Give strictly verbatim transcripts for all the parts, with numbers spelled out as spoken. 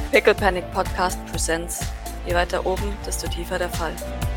Pickle Panic Podcast presents. Je weiter oben, desto tiefer der Fall.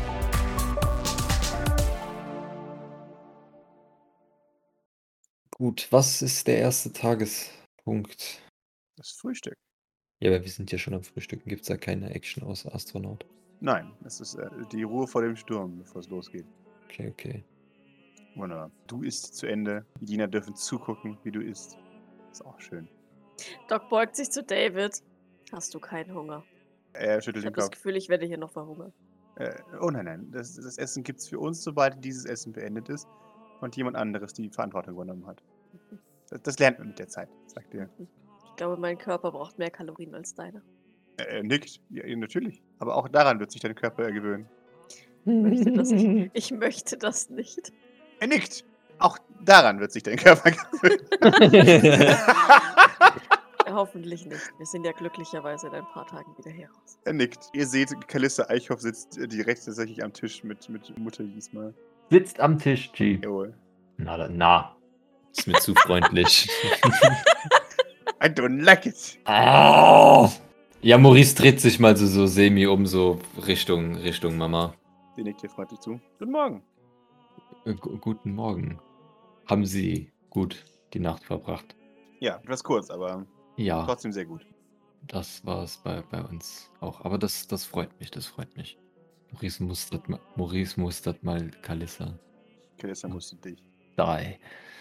Gut, was ist der erste Tagespunkt? Das Frühstück. Ja, aber wir sind ja schon am Frühstücken. Gibt es da keine Action außer Astronaut? Nein, es ist äh, die Ruhe vor dem Sturm, bevor es losgeht. Okay, okay. Wunderbar. Du isst zu Ende. Die Diener dürfen zugucken, wie du isst. Ist auch schön. Doc beugt sich zu David. Hast du keinen Hunger? Er Ich schüttelt habe den das Kopf. Gefühl, ich werde hier noch verhungern. Äh, oh nein, nein. Das, das Essen gibt es für uns, sobald dieses Essen beendet ist und jemand anderes die Verantwortung übernommen hat. Das, das lernt man mit der Zeit, sagt er. Ich glaube, mein Körper braucht mehr Kalorien als deiner. Er, er nickt. Ja, ja, natürlich. Aber auch daran wird sich dein Körper gewöhnen. Ich möchte das nicht. Ich möchte das nicht. Er nickt. Auch daran wird sich dein Körper gewöhnen. Ja, hoffentlich nicht. Wir sind ja glücklicherweise in ein paar Tagen wieder hier raus. Er nickt. Ihr seht, Kalissa Eichhoff sitzt äh, direkt tatsächlich am Tisch mit, mit Mutter diesmal. Sitzt am Tisch, G. Jawohl. Na, da- na. Ist mir zu freundlich. I don't like it. Oh! Ja, Maurice dreht sich mal so, so semi um, so Richtung, Richtung Mama. Sie nickt dir freundlich zu. Guten Morgen. Äh, gu- guten Morgen. Haben Sie gut die Nacht verbracht? Ja, etwas kurz, aber Ja, trotzdem sehr gut. das war es bei, bei uns auch. Aber das, das freut mich, das freut mich. Maurice mustert, ma- Maurice mustert mal Kalissa. Kalissa musste dich. Die.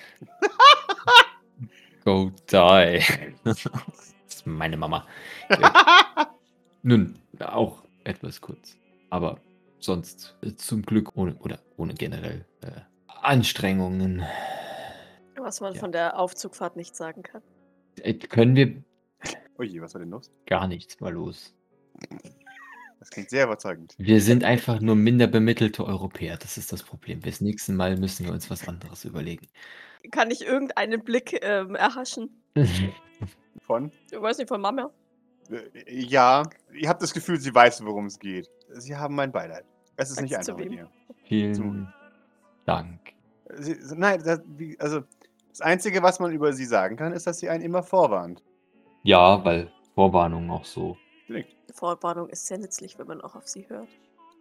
Go die. Das ist meine Mama. Ja. Nun, auch etwas kurz. Aber sonst äh, zum Glück ohne oder ohne generell äh, Anstrengungen. Was man Ja. von der Aufzugfahrt nicht sagen kann. Äh, können wir Oje, was war denn los? gar nichts mal los. Das klingt sehr überzeugend. Wir sind einfach nur minder bemittelte Europäer. Das ist das Problem. Das nächste Mal müssen wir uns was anderes überlegen. Kann ich irgendeinen Blick ähm, erhaschen? Von? Ich weiß nicht, von Mama. Äh, ja, ihr habt das Gefühl, sie weiß, worum es geht. Sie haben mein Beileid. Es ist Sagt nicht sie zu einfach mit wem? ihr. Vielen Dank. Sie, nein, das, wie, also das Einzige, was man über sie sagen kann, ist, dass sie einen immer vorwarnt. Ja, weil Vorwarnung auch so. Sie nickt. Vorwarnung ist sehr nützlich, wenn man auch auf sie hört.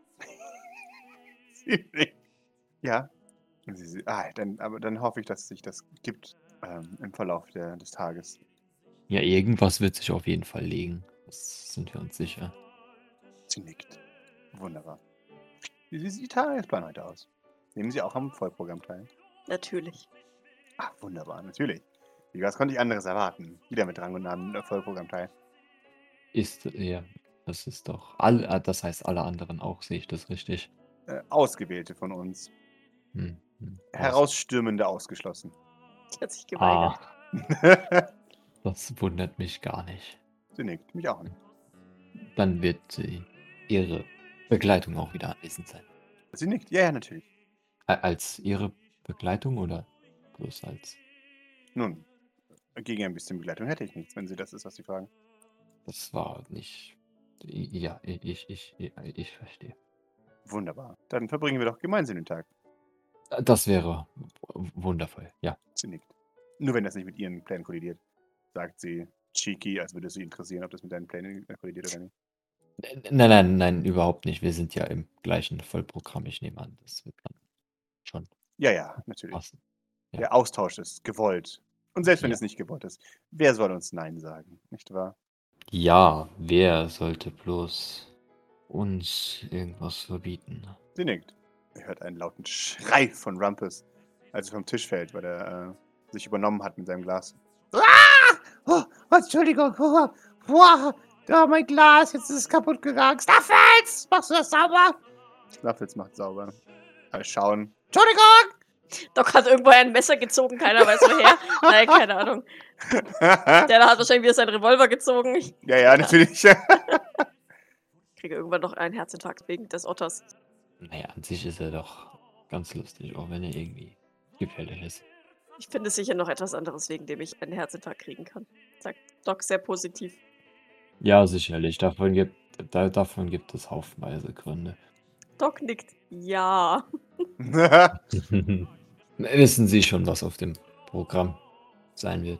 Sie nickt. Ja. Und Sie, sie, ah, dann, aber dann hoffe ich, dass sich das gibt ähm, im Verlauf der, des Tages. Ja, irgendwas wird sich auf jeden Fall legen. Das sind wir uns sicher. Sie nickt. Wunderbar. Wie sieht die Tagesplan heute aus? Nehmen Sie auch am Vollprogramm teil? Natürlich. Ah, wunderbar, natürlich. Wie was konnte ich anderes erwarten? Wieder mit Rang und Namen im Vollprogramm teil. Ist, ja, das ist doch. All, äh, das heißt alle anderen auch, sehe ich das richtig? Äh, Ausgewählte von uns. Hm, hm, aus- Herausstürmende ausgeschlossen. Die hat sich geweigert. Ah, das wundert mich gar nicht. Sie nickt, mich auch nicht. Dann wird sie ihre Begleitung auch wieder anwesend sein. Sie nickt, ja, ja, natürlich. Ä- Als ihre Begleitung oder bloß als? Nun, gegen ein bisschen Begleitung hätte ich nichts, wenn Sie das ist, was Sie fragen. Das war nicht. Ja, ich, ich, ich, ich verstehe. Wunderbar. Dann verbringen wir doch gemeinsam den Tag. Das wäre w- wundervoll, ja. Sie nickt. Nur wenn das nicht mit Ihren Plänen kollidiert, sagt sie cheeky, als würde es Sie interessieren, ob das mit deinen Plänen kollidiert oder nicht. Nein, nein, nein, überhaupt nicht. Wir sind ja im gleichen Vollprogramm. Ich nehme an, das wird dann schon Ja, ja, natürlich. passen. Ja. Der Austausch ist gewollt. Und selbst wenn Ja. es nicht gewollt ist, wer soll uns Nein sagen, nicht wahr? Ja, wer sollte bloß uns irgendwas verbieten? Sie nickt. Er hört einen lauten Schrei von Rumpus, als er vom Tisch fällt, weil er äh, sich übernommen hat mit seinem Glas. Ah! Oh, oh, Entschuldigung. Oh, oh, oh, mein Glas, jetzt ist es kaputt gegangen. Snuffles, machst du das sauber? Snuffles macht sauber. Alle schauen. Entschuldigung! Doc hat irgendwo ein Messer gezogen, keiner weiß woher. Nein, keine Ahnung. Der da hat wahrscheinlich wieder seinen Revolver gezogen. Ich ja, ja, natürlich. kriege irgendwann noch einen Herzinfarkt wegen des Otters. Naja, an sich ist er doch ganz lustig, auch wenn er irgendwie gefährlich ist. Ich finde sicher noch etwas anderes, wegen dem ich einen Herzinfarkt kriegen kann. Sagt Doc sehr positiv. Ja, sicherlich. Davon gibt, da, davon gibt es haufenweise Gründe. Doc nickt. Ja. Wissen Sie schon, was auf dem Programm sein wird?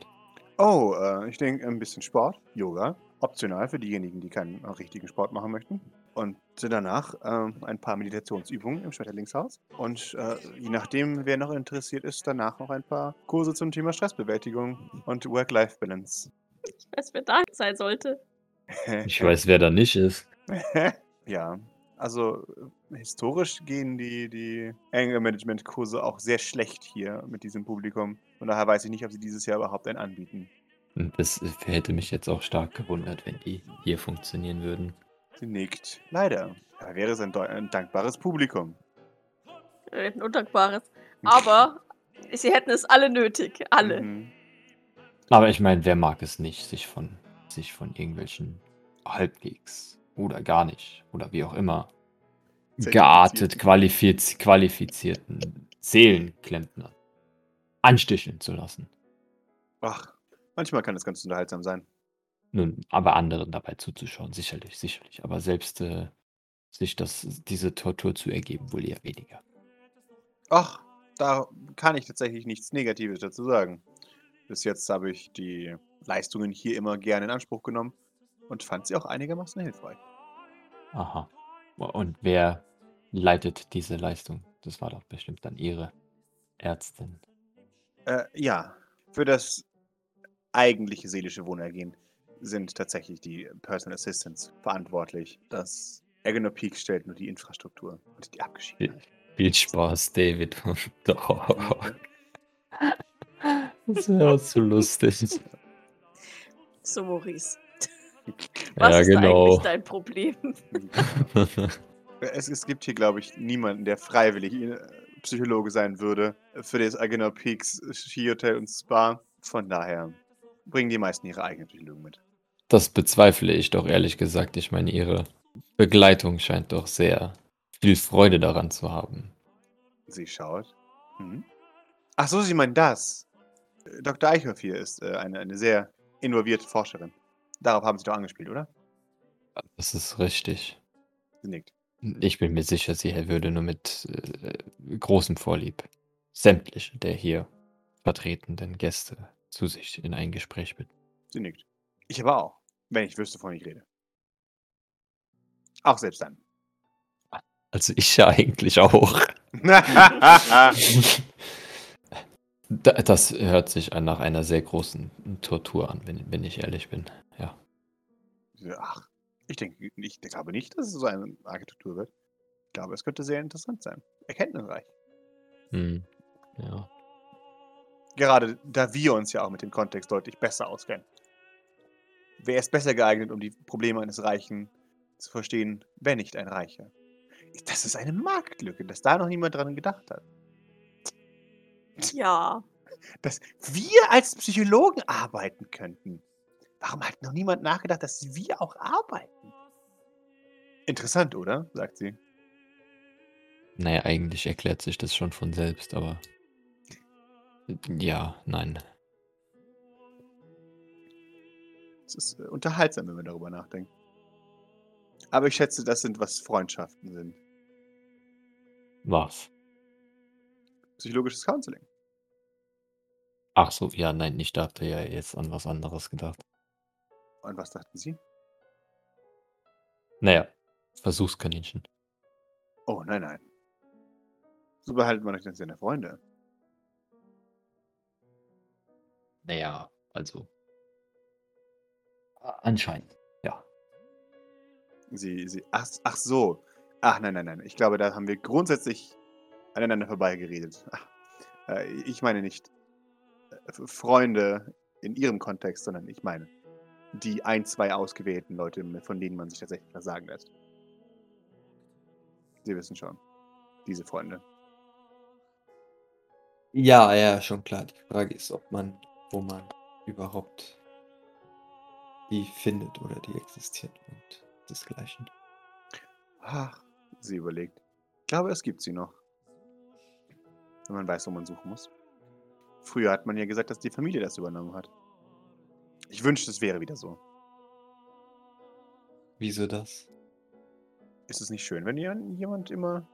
Oh, äh, ich denke, ein bisschen Sport, Yoga, optional für diejenigen, die keinen äh, richtigen Sport machen möchten. Und danach ähm, ein paar Meditationsübungen im Schmetterlingshaus. Und äh, je nachdem, wer noch interessiert ist, danach noch ein paar Kurse zum Thema Stressbewältigung und Work-Life-Balance. Ich weiß, wer da sein sollte. Ich weiß, wer da nicht ist. Ja, also äh, historisch gehen die, die Anger-Management-Kurse auch sehr schlecht hier mit diesem Publikum. Von daher weiß ich nicht, ob sie dieses Jahr überhaupt einen anbieten. Und das hätte mich jetzt auch stark gewundert, wenn die hier funktionieren würden. Sie nickt. Leider. Da wäre es ein, deu- ein dankbares Publikum. Äh, Ein undankbares. Aber sie hätten es alle nötig. Alle. Mhm. Aber ich meine, wer mag es nicht, sich von, sich von irgendwelchen halbwegs oder gar nicht oder wie auch immer geartet qualifiz qualifizierten Seelenklempnern ansticheln zu lassen. Ach, manchmal kann es ganz unterhaltsam sein. Nun, aber anderen dabei zuzuschauen, sicherlich, sicherlich. Aber selbst äh, sich das, diese Tortur zu ergeben, wohl eher weniger. Ach, da kann ich tatsächlich nichts Negatives dazu sagen. Bis jetzt habe ich die Leistungen hier immer gerne in Anspruch genommen und fand sie auch einigermaßen hilfreich. Aha. Und wer leitet diese Leistung? Das war doch bestimmt dann Ihre Ärztin. Äh, ja, für das eigentliche seelische Wohlergehen sind tatsächlich die Personal Assistants verantwortlich. Das Agonor Peak stellt nur die Infrastruktur und die Abgeschiedenheit. Viel Spaß, David und Doc. Das wäre so lustig. So, Maurice. Was Ja, ist genau. eigentlich dein Problem? Es, es gibt hier, glaube ich, niemanden, der freiwillig äh, Psychologe sein würde für das Agonor Peaks Skihotel und Spa. Von daher bringen die meisten ihre eigenen Psychologen mit. Das bezweifle ich doch ehrlich gesagt. Ich meine, Ihre Begleitung scheint doch sehr viel Freude daran zu haben. Sie schaut. Mhm. Ach so, Sie meinen das. Äh, Doktor Eichhoff hier ist äh, eine, eine sehr involvierte Forscherin. Darauf haben Sie doch angespielt, oder? Das ist richtig. Sie nickt. Ich bin mir sicher, sie würde nur mit äh, großem Vorlieb sämtliche der hier vertretenen Gäste zu sich in ein Gespräch bitten. Sie nickt. Ich aber auch, wenn ich wüsste, wovon ich rede. Auch selbst dann. Also ich ja eigentlich auch. Da- Das hört sich an nach einer sehr großen Tortur an, wenn, wenn ich ehrlich bin. Ja. Ach, ich denke, ich glaube nicht, dass es so eine Architektur wird. Ich glaube, es könnte sehr interessant sein. Erkenntnisreich. Hm. Ja. Gerade da wir uns ja auch mit dem Kontext deutlich besser auskennen. Wer ist besser geeignet, um die Probleme eines Reichen zu verstehen, wenn nicht ein Reicher? Das ist eine Marktlücke, dass da noch niemand dran gedacht hat. Ja. Dass wir als Psychologen arbeiten könnten. Warum hat noch niemand nachgedacht, dass wir auch arbeiten? Interessant, oder? Sagt sie. Naja, eigentlich erklärt sich das schon von selbst, aber ja, nein. Es ist äh, unterhaltsam, wenn man darüber nachdenkt. Aber ich schätze, das sind, was Freundschaften sind. Was? Psychologisches Counseling. Ach so, ja, nein, ich dachte ja jetzt an was anderes gedacht. Und was dachten Sie? Naja, Versuchskaninchen. Oh, nein, nein. So behalten wir euch dann seine Freunde. Naja, also. Anscheinend, ja. Sie, sie, ach, ach so. Ach, nein, nein, nein. Ich glaube, da haben wir grundsätzlich aneinander vorbeigeredet. Ach, äh, ich meine nicht äh, Freunde in ihrem Kontext, sondern ich meine die ein, zwei ausgewählten Leute, von denen man sich tatsächlich was sagen lässt. Sie wissen schon. Diese Freunde. Ja, ja, schon klar. Die Frage ist, ob man, wo man überhaupt die findet oder die existiert und desgleichen. Ach, sie überlegt. Ich glaube, es gibt sie noch. Wenn man weiß, wo man suchen muss. Früher hat man ja gesagt, dass die Familie das übernommen hat. Ich wünschte, es wäre wieder so. Wieso das? Ist es nicht schön, wenn jemand immer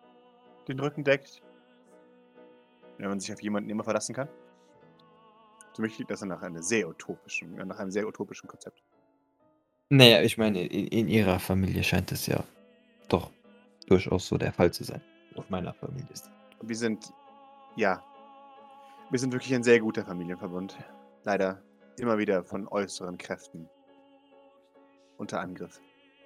den Rücken deckt? Wenn man sich auf jemanden immer verlassen kann? Für mich klingt das nach einem sehr utopischen, nach einem sehr utopischen Konzept. Naja, ich meine, in, in ihrer Familie scheint es ja doch durchaus so der Fall zu sein. Auf meiner Familie ist. Wir sind, ja, wir sind wirklich ein sehr guter Familienverbund. Leider immer wieder von äußeren Kräften unter Angriff.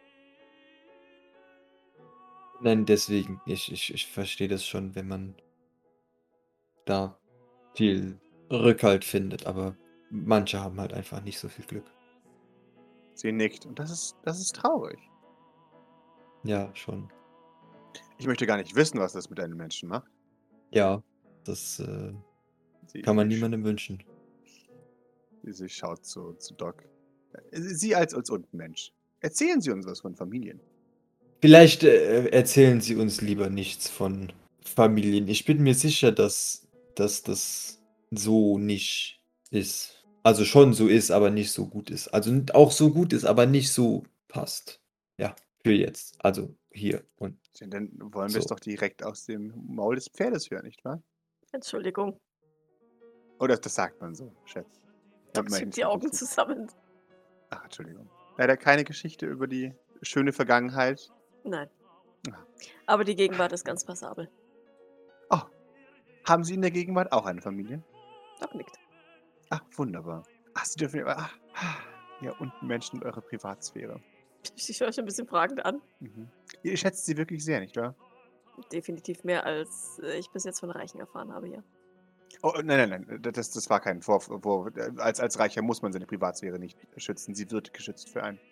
Nein, deswegen, ich, ich, ich verstehe das schon, wenn man da viel Rückhalt findet, aber manche haben halt einfach nicht so viel Glück. Sie nickt und das ist, das ist traurig. Ja, schon. Ich möchte gar nicht wissen, was das mit einem Menschen macht. Ja, das äh, Sie, kann man sie, niemandem wünschen. Sie, sie schaut zu, zu Doc. Sie als, als Unmensch. Erzählen Sie uns was von Familien. Vielleicht äh, erzählen Sie uns lieber nichts von Familien. Ich bin mir sicher, dass, dass das so nicht ist. Also schon so ist, aber nicht so gut ist. Also n- auch so gut ist, aber nicht so passt. Ja, für jetzt. Also hier und Ja, dann wollen wir es so. doch direkt aus dem Maul des Pferdes hören, nicht wahr? Entschuldigung. Oder das sagt man so, Schätz. Doc Immerhin schiebt ist die das Augen richtig. zusammen. Ach, Entschuldigung. Leider keine Geschichte über die schöne Vergangenheit. Nein. Ah. Aber die Gegenwart ist ganz passabel. Oh, haben Sie in der Gegenwart auch eine Familie? Doc nickt. Ach, wunderbar. Ach, Sie dürfen... Ach, ja, und Menschen und eure Privatsphäre. Ich höre schon ein bisschen fragend an. Mhm. Ihr schätzt sie wirklich sehr, nicht wahr? Definitiv mehr, als äh, ich bis jetzt von Reichen erfahren habe, ja. Oh, nein, nein, nein, das, das war kein Vorwurf. Vor, als, als Reicher muss man seine Privatsphäre nicht schützen. Sie wird geschützt für einen.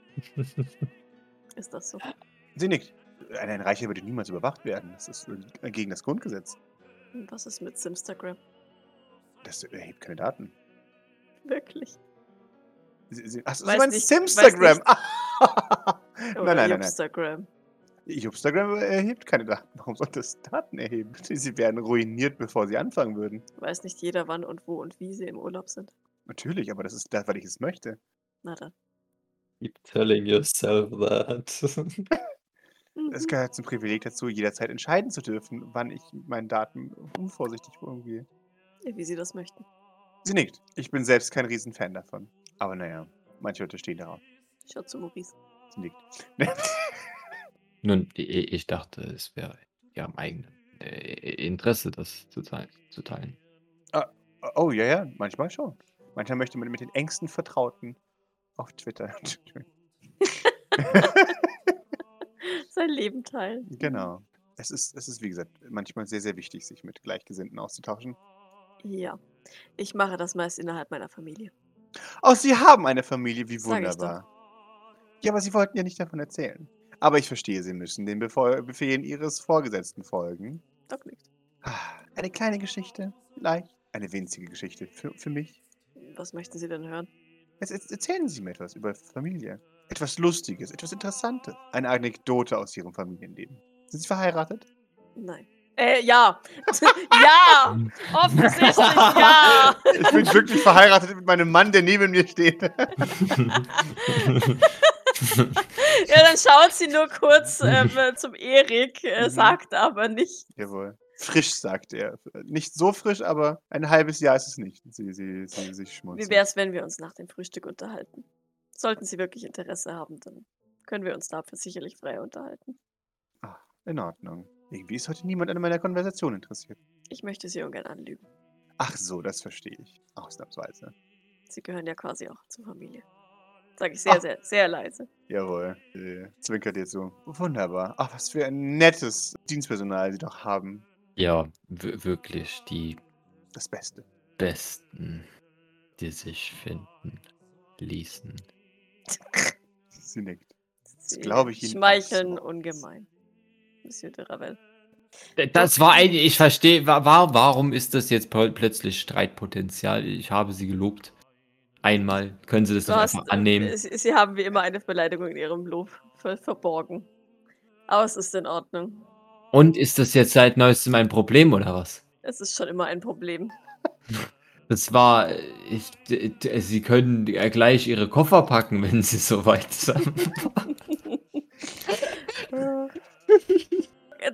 Ist das so? Sie nickt. Ein, ein Reicher würde niemals überwacht werden. Das ist gegen das Grundgesetz. Und was ist mit Simstagram? Das erhebt keine Daten. Wirklich? Sie, sie, achso, Weiß Sie meinen nicht, Simstagram? weiß nein, Oder nein, nein, nein. Instagram. Instagram erhebt keine Daten. Warum soll das Daten erheben? Sie werden ruiniert, bevor sie anfangen würden. Weiß nicht jeder, wann und wo und wie sie im Urlaub sind. Natürlich, aber das ist das, weil ich es möchte. Na dann. Keep telling yourself that. Es Mhm. gehört zum Privileg dazu, jederzeit entscheiden zu dürfen, wann ich mit meinen Daten unvorsichtig umgehe. Ja, wie sie das möchten. Sie nickt. Ich bin selbst kein Riesenfan davon. Aber naja, manche Leute stehen darauf. Schaut zu Maurice. Sie nickt. Nun, i- i- ich dachte, es wäre ja im eigenen äh, Interesse, das zu teilen. Zu teilen. Oh, ja, ja, manchmal schon. Manchmal möchte man mit den engsten Vertrauten auf Twitter. Sein Leben teilen. Genau. Es ist, es ist, wie gesagt, manchmal sehr, sehr wichtig, sich mit Gleichgesinnten auszutauschen. Ja. Ich mache das meist innerhalb meiner Familie. Oh, Sie haben eine Familie, wie Sag ich doch. wunderbar. Ja, aber Sie wollten ja nicht davon erzählen. Aber ich verstehe, Sie müssen den Befehl- Befehlen Ihres Vorgesetzten folgen. Doc nickt. Eine kleine Geschichte, vielleicht. Eine winzige Geschichte für, für mich. Was möchten Sie denn hören? Jetzt, jetzt erzählen Sie mir etwas über Familie. Etwas Lustiges, etwas Interessantes. Eine Anekdote aus Ihrem Familienleben. Sind Sie verheiratet? Nein. Äh, ja. Ja! Offensichtlich, ja! Ich bin glücklich verheiratet mit meinem Mann, der neben mir steht. Ja, dann schaut sie nur kurz ähm, zum Erik, äh, Mhm. sagt aber nicht. Jawohl. Frisch, sagt er. Nicht so frisch, aber ein halbes Jahr ist es nicht. Sie, sie, sie, sie Wie schmunzelt. wär's, wenn wir uns nach dem Frühstück unterhalten? Sollten Sie wirklich Interesse haben, dann können wir uns dafür sicherlich frei unterhalten. Ah, in Ordnung. Irgendwie ist heute niemand an meiner Konversation interessiert. Ich möchte Sie ungern anlügen. Ach so, das verstehe ich. Ausnahmsweise. Sie gehören ja quasi auch zur Familie. Sage ich sehr, Ah. sehr, sehr leise. Jawohl. Sie zwinkert dir zu. Wunderbar. Ach, was für ein nettes Dienstpersonal Sie doch haben. Ja, w- wirklich die Das Beste. Besten, die sich finden ließen. Sie nickt. Sie glaube ich Ihnen schmeicheln auch so. ungemein. Monsieur de Ravel. Das war ein, ich verstehe, wa- wa- warum ist das jetzt pl- plötzlich Streitpotenzial? Ich habe Sie gelobt. Einmal. Können Sie das Du nicht hast, einfach annehmen? äh, Sie, Sie haben wie immer eine Beleidigung in Ihrem Lob ver verborgen. Aber es ist in Ordnung. Und ist das jetzt seit neuestem ein Problem oder was? Es ist schon immer ein Problem. Das war, äh, ich, d- d- Sie können äh, gleich Ihre Koffer packen, wenn Sie soweit sind.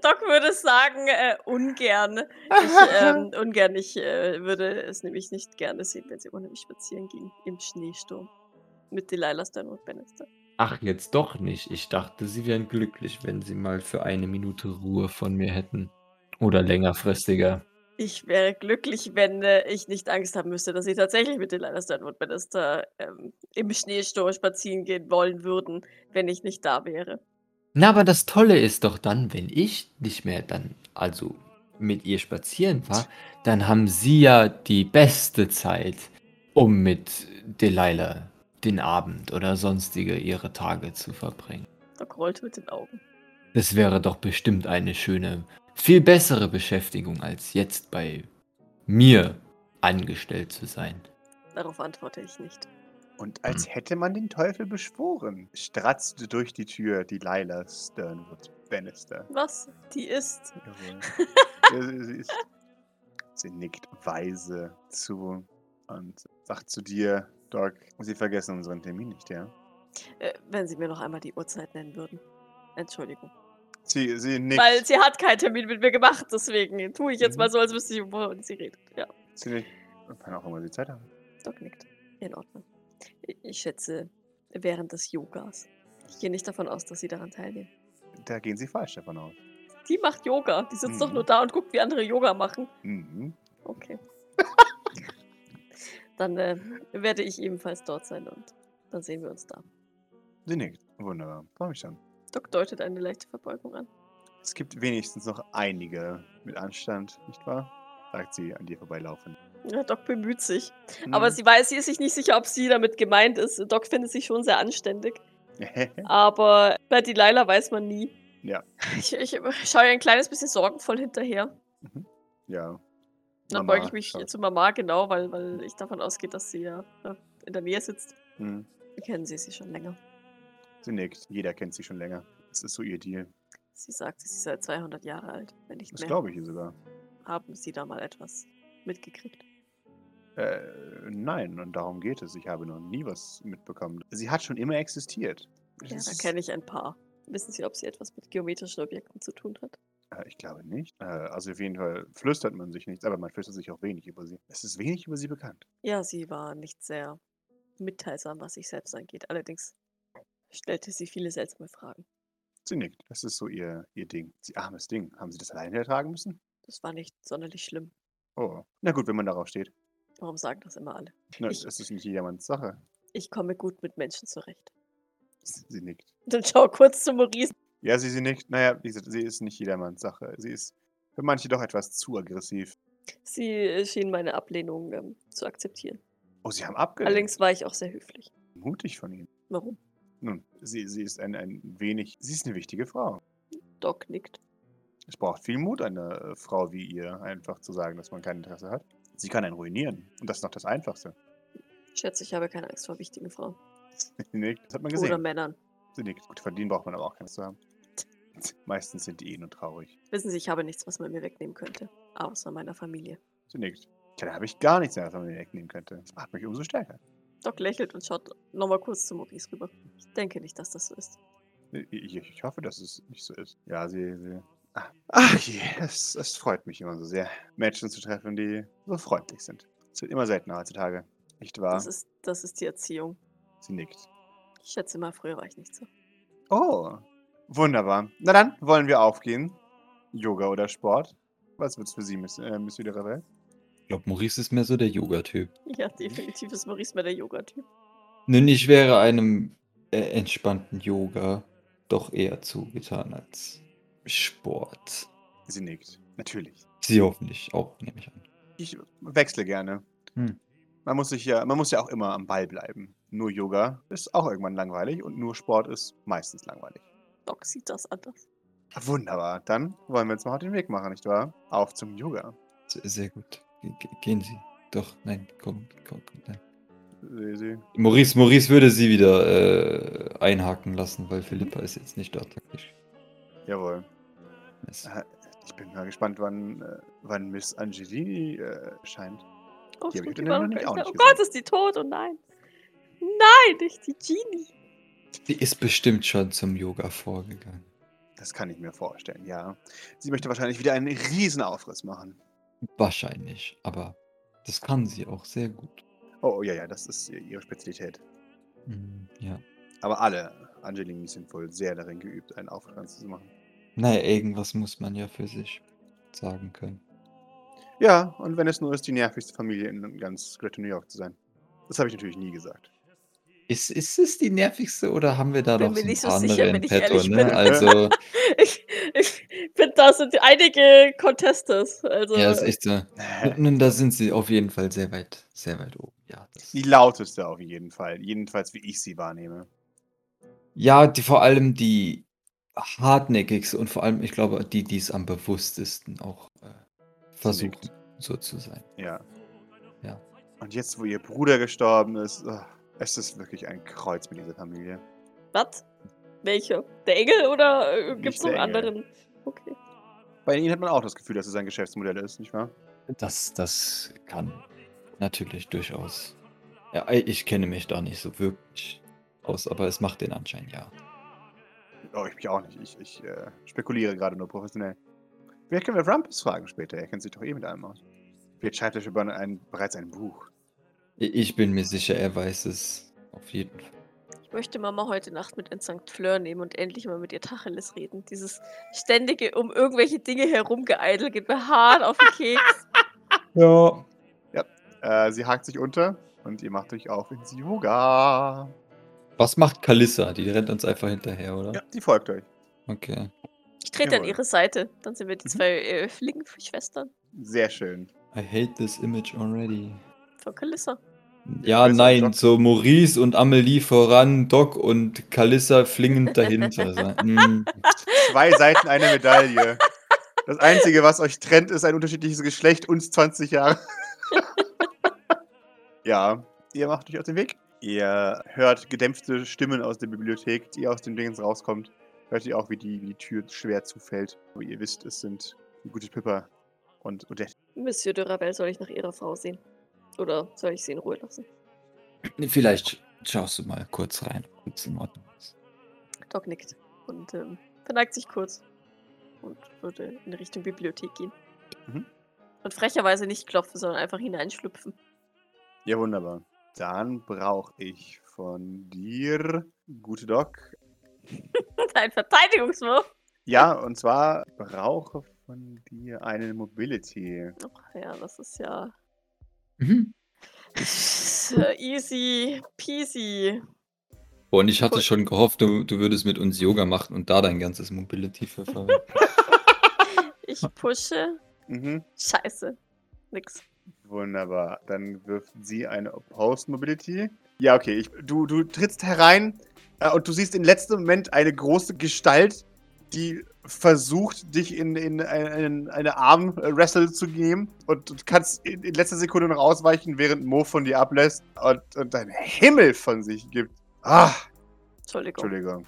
Doc würde sagen, äh, ungern. Ich, ähm, ungern. Ich äh, würde es nämlich nicht gerne sehen, wenn sie ohne mich spazieren ging. Im Schneesturm. Mit Delilah Sternwood Bannister. Ach, jetzt doch nicht. Ich dachte, sie wären glücklich, wenn sie mal für eine Minute Ruhe von mir hätten. Oder längerfristiger. Ich wäre glücklich, wenn äh, ich nicht Angst haben müsste, dass sie tatsächlich mit Delilah Sternwood Bannister ähm, im Schneesturm spazieren gehen wollen würden, wenn ich nicht da wäre. Na, aber das Tolle ist doch dann, wenn ich nicht mehr dann, also mit ihr spazieren war, dann haben sie ja die beste Zeit, um mit Delilah den Abend oder sonstige ihre Tage zu verbringen. Doc rollt mit den Augen. Das wäre doch bestimmt eine schöne, viel bessere Beschäftigung, als jetzt bei mir angestellt zu sein. Darauf antworte ich nicht. Und als hätte man den Teufel beschworen, stratzte durch die Tür Delilah Sternwood Bannister. Was? Die ist. Jawohl. Ja, sie, sie, ist, sie nickt weise zu und sagt zu dir, Doc, Sie vergessen unseren Termin nicht, ja? Äh, wenn Sie mir noch einmal die Uhrzeit nennen würden. Entschuldigung. Sie, sie nickt. Weil sie hat keinen Termin mit mir gemacht, deswegen tue ich jetzt Mhm. mal so, als wüsste ich, wovon sie redet. Ja, Sie nickt. Wann auch immer Sie Zeit haben. Doc nickt. In Ordnung. Ich, ich schätze, während des Yogas. Ich gehe nicht davon aus, dass Sie daran teilnehmen. Da gehen Sie falsch davon aus. Die macht Yoga. Die sitzt Mhm. doch nur da und guckt, wie andere Yoga machen. Mhm. Okay. Dann äh, werde ich ebenfalls dort sein und dann sehen wir uns da. Sie nickt. Wunderbar. Freue mich schon. Doc deutet eine leichte Verbeugung an. Es gibt wenigstens noch einige mit Anstand, nicht wahr? Sagt sie an dir vorbeilaufen. Ja, Doc bemüht sich. Mhm. Aber sie weiß, sie ist sich nicht sicher, ob sie damit gemeint ist. Doc findet sich schon sehr anständig. Aber bei Delilah weiß man nie. Ja. Ich, ich schaue ihr ein kleines bisschen sorgenvoll hinterher. Ja. Dann Mama beuge ich mich schaut. zu Mama, genau, weil, weil ich davon ausgehe, dass sie ja ja, in der Nähe sitzt. Mhm. Kennen Sie sie schon länger. Sie nickt. Jeder kennt sie schon länger. Das ist so ihr Deal. Sie sagt, sie ist seit zweihundert Jahre alt, wenn nicht Das mehr. glaube ich ihr sogar. Haben Sie da mal etwas mitgekriegt? Äh, nein, und darum geht es. Ich habe noch nie was mitbekommen. Sie hat schon immer existiert. Ja, Das da ist- kenne ich ein paar. Wissen Sie, ob sie etwas mit geometrischen Objekten zu tun hat? Äh, ich glaube nicht. Äh, also auf jeden Fall flüstert man sich nichts, aber man flüstert sich auch wenig über sie. Es ist wenig über sie bekannt. Ja, sie war nicht sehr mitteilsam, was sich selbst angeht. Allerdings stellte sie viele seltsame Fragen. Sie nickt. Das ist so ihr, ihr Ding. Sie armes Ding. Haben Sie das alleine ertragen müssen? Das war nicht sonderlich schlimm. Oh. Na gut, wenn man darauf steht. Warum sagen das immer alle? Na, Ich- es ist nicht jedermanns Sache. Ich komme gut mit Menschen zurecht. Sie nickt. Dann schau kurz zu Maurice. Ja, sie, sie nickt. Naja, wie gesagt, sie ist nicht jedermanns Sache. Sie ist für manche doch etwas zu aggressiv. Sie äh, schien meine Ablehnung ähm, zu akzeptieren. Oh, sie haben abgelehnt. Allerdings war ich auch sehr höflich. Mutig von ihnen. Warum? Nun, sie, sie ist ein, ein wenig. Sie ist eine wichtige Frau. Doc nickt. Es braucht viel Mut, eine äh, Frau wie ihr einfach zu sagen, dass man kein Interesse hat. Sie kann einen ruinieren. Und das ist noch das Einfachste. Ich schätze, ich habe keine Angst vor wichtigen Frauen. Sie nickt. Das hat man Oder gesehen. Männern. Sie nickt. Gut, von denen braucht man aber auch keins zu haben. Meistens sind die eh nur traurig. Wissen Sie, ich habe nichts, was man mir wegnehmen könnte. Außer meiner Familie. Sie nickt. Tja, da habe ich gar nichts mehr, was man mir wegnehmen könnte. Das macht mich umso stärker. Doc lächelt und schaut nochmal kurz zu Maurice rüber. Ich denke nicht, dass das so ist. Ich, ich, ich hoffe, dass es nicht so ist. Ja, sie. sie ah. Ach je, es, es freut mich immer so sehr, Menschen zu treffen, die so freundlich sind. Es wird immer seltener heutzutage. Nicht wahr? Das ist, das ist die Erziehung. Sie nickt. Ich schätze mal, früher war ich nicht so. Oh, wunderbar. Na dann, wollen wir aufgehen? Yoga oder Sport? Was wird's für Sie, Miss, äh, Miss Widerabel? Ich glaube, Maurice ist mehr so der Yoga-Typ. Ja, definitiv ist Maurice mehr der Yoga-Typ. Nun, ich wäre einem äh, entspannten Yoga doch eher zugetan als Sport. Sie nickt. Natürlich. Sie hoffentlich auch, nehme ich an. Ich wechsle gerne. Hm. Man muss sich ja, man muss ja auch immer am Ball bleiben. Nur Yoga ist auch irgendwann langweilig und nur Sport ist meistens langweilig. Doc sieht das anders. Ah, wunderbar. Dann wollen wir jetzt mal heute den Weg machen, nicht wahr? Auf zum Yoga. Sehr, sehr gut. Ge ge gehen Sie. Doch, nein, komm, komm, komm, nein. Sie, sie. Maurice, Maurice würde sie wieder äh, einhaken lassen, weil Philippa ist jetzt nicht da taktisch. Jawohl. Es- Äh, Ich bin mal gespannt, wann, äh, wann Miss Angelini äh, erscheint. Oh, Die hab ich stimmt, heute die war nämlich noch auch gar nicht nicht da. Oh gesehen. Gott, ist die tot? Oh nein. Nein, nicht die Genie. Sie ist bestimmt schon zum Yoga vorgegangen. Das kann ich mir vorstellen, ja. Sie möchte wahrscheinlich wieder einen Riesenaufriss machen. Wahrscheinlich, aber das kann sie auch sehr gut. Oh, oh ja, ja, das ist ihre Spezialität. Mhm, ja. Aber alle Angelini sind wohl sehr darin geübt, einen Aufriss zu machen. Naja, irgendwas muss man ja für sich sagen können. Ja, und wenn es nur ist, die nervigste Familie in ganz Greater New York zu sein. Das habe ich natürlich nie gesagt. Ist, ist es die nervigste oder haben wir da Bin noch mir so ein nicht so paar sicher, andere wenn in ich petto, ehrlich ne? bin. Also, Ich, ich finde, da sind einige Contesters. Also, ja, ist echt so. Nun, da sind sie auf jeden Fall sehr weit, sehr weit oben. Ja, das, Die lauteste auf jeden Fall. Jedenfalls, wie ich sie wahrnehme. ja, die vor allem die hartnäckigste und vor allem, ich glaube, die, die es am bewusstesten auch äh, versuchen, nickt. so zu sein. Ja. Ja. Und jetzt, wo ihr Bruder gestorben ist, oh, es ist wirklich ein Kreuz mit dieser Familie. was? Welcher? Der Engel oder äh, gibt Nicht es noch der einen Engel. anderen? Okay. Bei ihnen hat man auch das Gefühl, dass es ein Geschäftsmodell ist, nicht wahr? Das, das kann natürlich durchaus. Ja, ich kenne mich da nicht so wirklich aus, aber es macht den Anschein, ja. Oh, ich mich auch nicht. Ich, ich äh, spekuliere gerade nur professionell. Vielleicht können wir Rumpus fragen später. Er kennt sich doch eh mit allem aus. Vielleicht schreibt er schon über ein, bereits ein Buch. Ich bin mir sicher, er weiß es auf jeden Fall. Ich möchte Mama heute Nacht mit in Sankt Fleur nehmen und endlich mal mit ihr Tacheles reden. Dieses ständige um irgendwelche Dinge herumgeeidel geht mir hart auf den Keks. Ja. Äh, sie hakt sich unter und ihr macht euch auf ins Yoga. Was macht Kalissa? Die rennt uns einfach hinterher, oder? Ja, die folgt euch. Okay. Ich trete an Jawohl. ihre Seite. Dann sind wir die Mhm. zwei äh, Fliegenschwestern Sehr schön. I hate this image already. von Kalissa. Ja, besser nein, Doc. so Maurice und Amelie voran, Doc und Kalissa flingend dahinter. So. Mm. Zwei Seiten einer Medaille. Das Einzige, was euch trennt, ist ein unterschiedliches Geschlecht und zwanzig Jahre. Ja, ihr macht euch auf den Weg. Ihr hört gedämpfte Stimmen aus der Bibliothek, die aus dem Dingens rauskommt. Hört ihr auch, wie die, wie die Tür schwer zufällt. Aber ihr wisst, es sind die gute Pippa und Odette. Monsieur de Ravel, soll ich nach ihrer Frau sehen? Oder soll ich sie in Ruhe lassen? Vielleicht schaust du mal kurz rein, ob es in Ordnung ist. Doc nickt und ähm, verneigt sich kurz und würde in Richtung Bibliothek gehen. Mhm. Und frecherweise nicht klopfen, sondern einfach hineinschlüpfen. Ja, wunderbar. Dann brauche ich von dir, gute Doc. Ein Verteidigungswurf. Ja, und zwar brauche von dir eine Mobility. Ach ja, das ist ja Mhm. äh, easy peasy. Und ich hatte Cool. schon gehofft, du, du würdest mit uns Yoga machen und da dein ganzes Mobility für verwenden. Ich pushe. Mhm. Scheiße. Nix. Wunderbar. Dann wirft sie eine Opposed Mobility. Ja, okay. Ich, du, du trittst herein äh, und du siehst in letztem Moment eine große Gestalt, die versucht, dich in, in einen, eine Arm-Wrestle zu geben. Und du kannst in, in letzter Sekunde noch ausweichen, während Mo von dir ablässt und, und einen Himmel von sich gibt. Ah, Entschuldigung. Entschuldigung.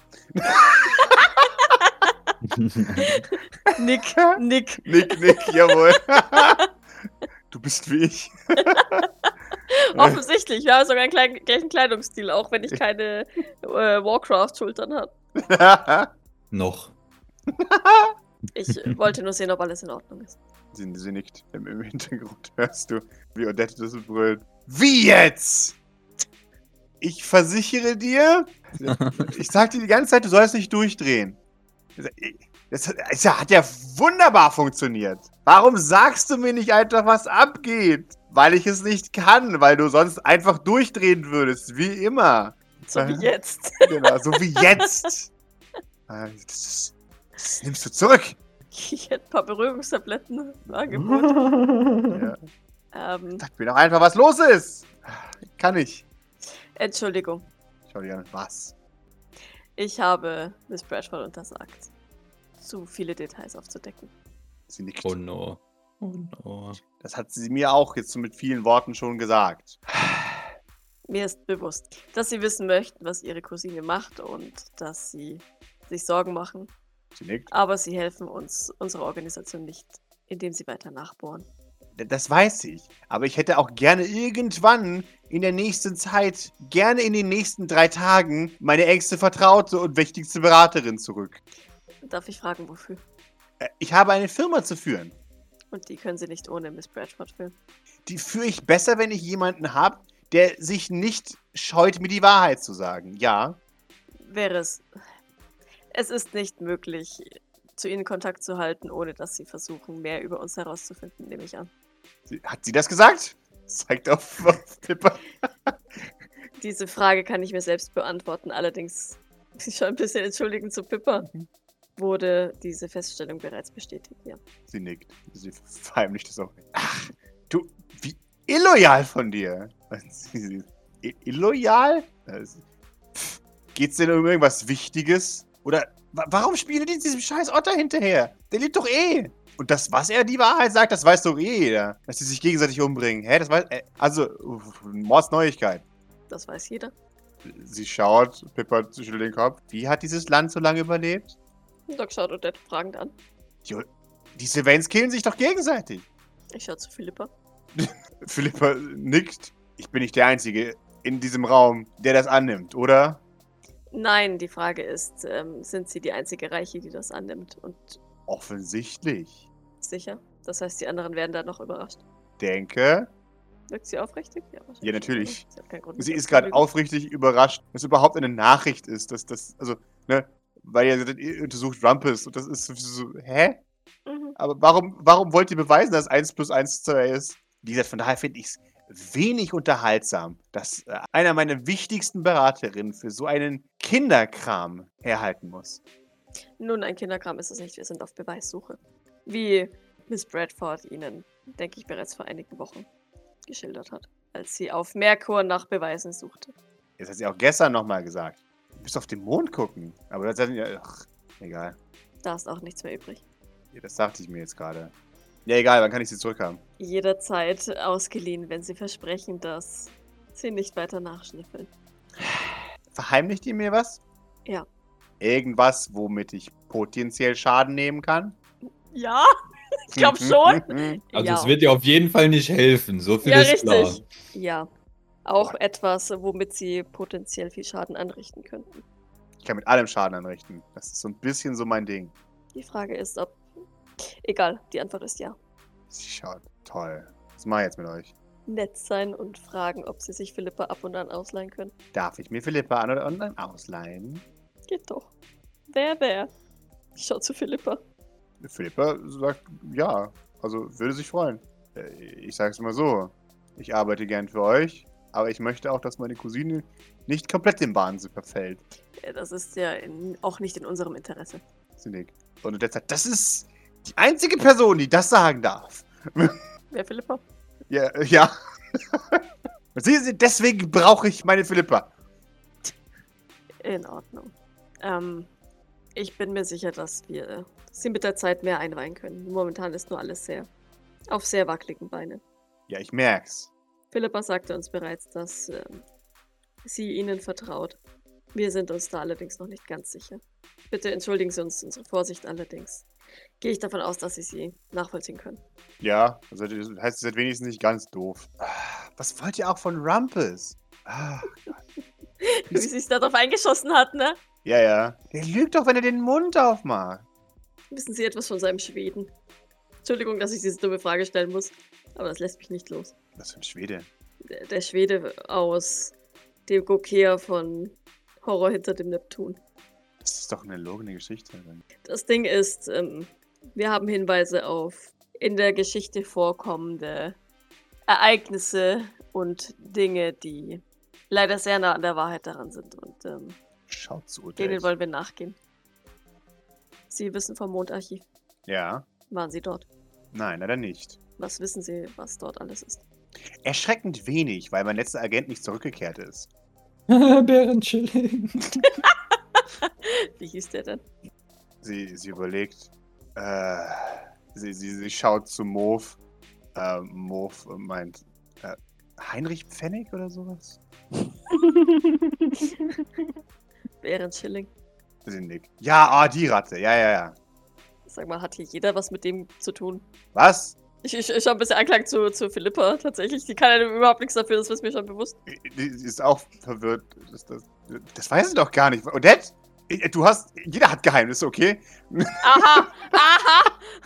Nick, Nick. Nick, Nick, jawohl. Du bist wie ich. Offensichtlich. Wir haben sogar einen kleinen, gleichen Kleidungsstil, auch wenn ich keine äh, Warcraft-Schultern habe. Noch. Ich äh, wollte nur sehen, ob alles in Ordnung ist. Sie, sie nickt. Im, Im Hintergrund hörst du, wie Odette das brüllt. Wie jetzt? Ich versichere dir, ich sag dir die ganze Zeit, du sollst nicht durchdrehen. Das, das hat ja wunderbar funktioniert. Warum sagst du mir nicht einfach, was abgeht? Weil ich es nicht kann, weil du sonst einfach durchdrehen würdest, wie immer. So wie jetzt. Genau, so wie jetzt. Das, das, das nimmst du zurück. Ich hätte ein paar Beruhigungstabletten angeboten. Ja. Ähm, Sag mir doch einfach, was los ist. Kann ich. Entschuldigung. Schau dir an. Was? Ich habe Miss Bradford untersagt, zu viele Details aufzudecken. Sie nickt. Oh no. Oh no. Das hat sie mir auch jetzt mit vielen Worten schon gesagt. Mir ist bewusst, dass sie wissen möchten, was ihre Cousine macht und dass sie sich Sorgen machen. Sie nickt. Aber sie helfen uns, unserer Organisation nicht, indem sie weiter nachbohren. Das weiß ich. Aber ich hätte auch gerne irgendwann in der nächsten Zeit, gerne in den nächsten drei Tagen, meine engste Vertraute und wichtigste Beraterin zurück. Darf ich fragen, wofür? Äh, Ich habe eine Firma zu führen. Und die können Sie nicht ohne Miss Bradford führen. Die führe ich besser, wenn ich jemanden habe, der sich nicht scheut, mir die Wahrheit zu sagen. Ja. Wäre es... Es ist nicht möglich, zu Ihnen Kontakt zu halten, ohne dass Sie versuchen, mehr über uns herauszufinden, nehme ich an. Sie, hat sie das gesagt? Zeigt auf, auf Pippa. Diese Frage kann ich mir selbst beantworten, allerdings schon ein bisschen entschuldigend zu Pippa. Wurde diese Feststellung bereits bestätigt, ja. Sie nickt. Sie verheimlicht das auch. Ach, du, wie illoyal von dir. Sie- sie- i- Illoyal? Also, pff, Geht's denn um irgendwas Wichtiges? Oder wa warum spielt ihr diesem scheiß Otter hinterher? Der lebt doch eh. Und das, was er die Wahrheit sagt, das weiß doch eh jeder. Dass sie sich gegenseitig umbringen. Hä, das weiß... Äh, also, uff, Mordsneuigkeit. Das weiß jeder. Sie schaut, Pippa schüttelt den Kopf. Wie hat dieses Land so lange überlebt? Doc schaut Odette fragend an. Die, die Sylvains killen sich doch gegenseitig. Ich schaue zu Philippa. Philippa nickt. Ich bin nicht der Einzige in diesem Raum, der das annimmt, oder? Nein, die Frage ist, ähm, sind Sie die einzige Reiche, die das annimmt? Und Offensichtlich. sicher? Das heißt, die anderen werden da noch überrascht. Denke. Wirkt sie aufrichtig? Ja, wahrscheinlich. Ja, natürlich. Sie hat keinen Grund, Sie mich ist gerade anzulügen. aufrichtig überrascht, dass überhaupt eine Nachricht ist, dass das, also, ne, weil ihr sagt, ihr untersucht Rumpus und das ist so, hä? Mhm. Aber warum, warum wollt ihr beweisen, dass eins plus eins zwei ist? Wie gesagt, von daher finde ich es wenig unterhaltsam, dass äh, einer meiner wichtigsten Beraterinnen für so einen Kinderkram herhalten muss. Nun, ein Kinderkram ist es nicht. Wir sind auf Beweissuche. Wie Miss Bradford Ihnen, denke ich, bereits vor einigen Wochen geschildert hat, als sie auf Merkur nach Beweisen suchte. Das hat sie auch gestern nochmal gesagt. Du musst auf den Mond gucken. Aber das hat ja, ach, egal. Da ist auch nichts mehr übrig. Ja, das dachte ich mir jetzt gerade. Ja, egal, wann kann ich sie zurückhaben? Jederzeit ausgeliehen, wenn Sie versprechen, dass Sie nicht weiter nachschnüffeln. Verheimlicht ihr mir was? Ja. Irgendwas, womit ich potenziell Schaden nehmen kann? Ja, ich glaube schon. Also ja. es wird dir auf jeden Fall nicht helfen, so viel Ja, ist klar. richtig. Ja. Auch etwas, womit Sie potenziell viel Schaden anrichten könnten. Ich kann mit allem Schaden anrichten. Das ist so ein bisschen so mein Ding. Die Frage ist, ob... Egal, die Antwort ist ja. Sie schaut. Toll. Was mache ich jetzt mit euch? Nett sein und fragen, ob Sie sich Philippa ab und an ausleihen können. Darf ich mir Philippa an oder online ausleihen? Geht doch. Wer, wer? Ich schau zu Philippa. Philippa sagt ja. Also würde sich freuen. Äh, Ich sage es mal so. Ich arbeite gern für euch, aber ich möchte auch, dass meine Cousine nicht komplett dem Wahnsinn verfällt. Ja, das ist ja in, auch nicht in unserem Interesse. Sie nickt. Und der sagt, das ist die einzige Person, die das sagen darf. Wer, Philippa? Ja, äh, ja. Und Sie sind, deswegen brauche ich meine Philippa. In Ordnung. Ähm, ich bin mir sicher, dass wir sie mit der Zeit mehr einweihen können. Momentan ist nur alles sehr auf sehr wackeligen Beinen. Ja, ich merk's. Philippa sagte uns bereits, dass ähm, sie ihnen vertraut. Wir sind uns da allerdings noch nicht ganz sicher. Bitte entschuldigen Sie uns unsere Vorsicht allerdings. Gehe ich davon aus, dass Sie sie nachvollziehen können. Ja, also das heißt, ihr seid wenigstens nicht ganz doof. Ah, Was wollt ihr auch von Rumpus? Ah, Wie sie sich darauf eingeschossen hat, ne? ja, ja. Der lügt doch, wenn er den Mund aufmacht. Wissen Sie etwas von seinem Schweden? Entschuldigung, dass ich diese dumme Frage stellen muss, aber das lässt mich nicht los. Was für ein Schwede. Der, der Schwede aus dem Gokea von Horror hinter dem Neptun. Das ist doch eine logene Geschichte. Das Ding ist, ähm, wir haben Hinweise auf in der Geschichte vorkommende Ereignisse und Dinge, die leider sehr nah an der Wahrheit daran sind. Und ähm, Schaut zu. denen wollen wir nachgehen. Sie wissen vom Mondarchiv. Ja. Waren Sie dort? Nein, leider nicht. Was wissen Sie, was dort alles ist? Erschreckend wenig, weil mein letzter Agent nicht zurückgekehrt ist. Bärenchilling. Wie hieß der denn? Sie, sie überlegt. Äh, sie, sie, sie schaut zu Mov. Äh, Mov meint. Äh, Heinrich Pfennig oder sowas? Bärenschilling. Sie nickt. Ja, ah, die Ratte. Ja, ja, ja. Sag mal, hat hier jeder was mit dem zu tun? Was? Ich, ich, ich habe ein bisschen Anklang zu, zu Philippa, tatsächlich. Die kann ja überhaupt nichts dafür, das ist mir schon bewusst. Die, die ist auch verwirrt. Das, das, das weiß sie doch gar nicht. Odette? Äh, Du hast. Jeder hat Geheimnisse, okay? Aha! Aha!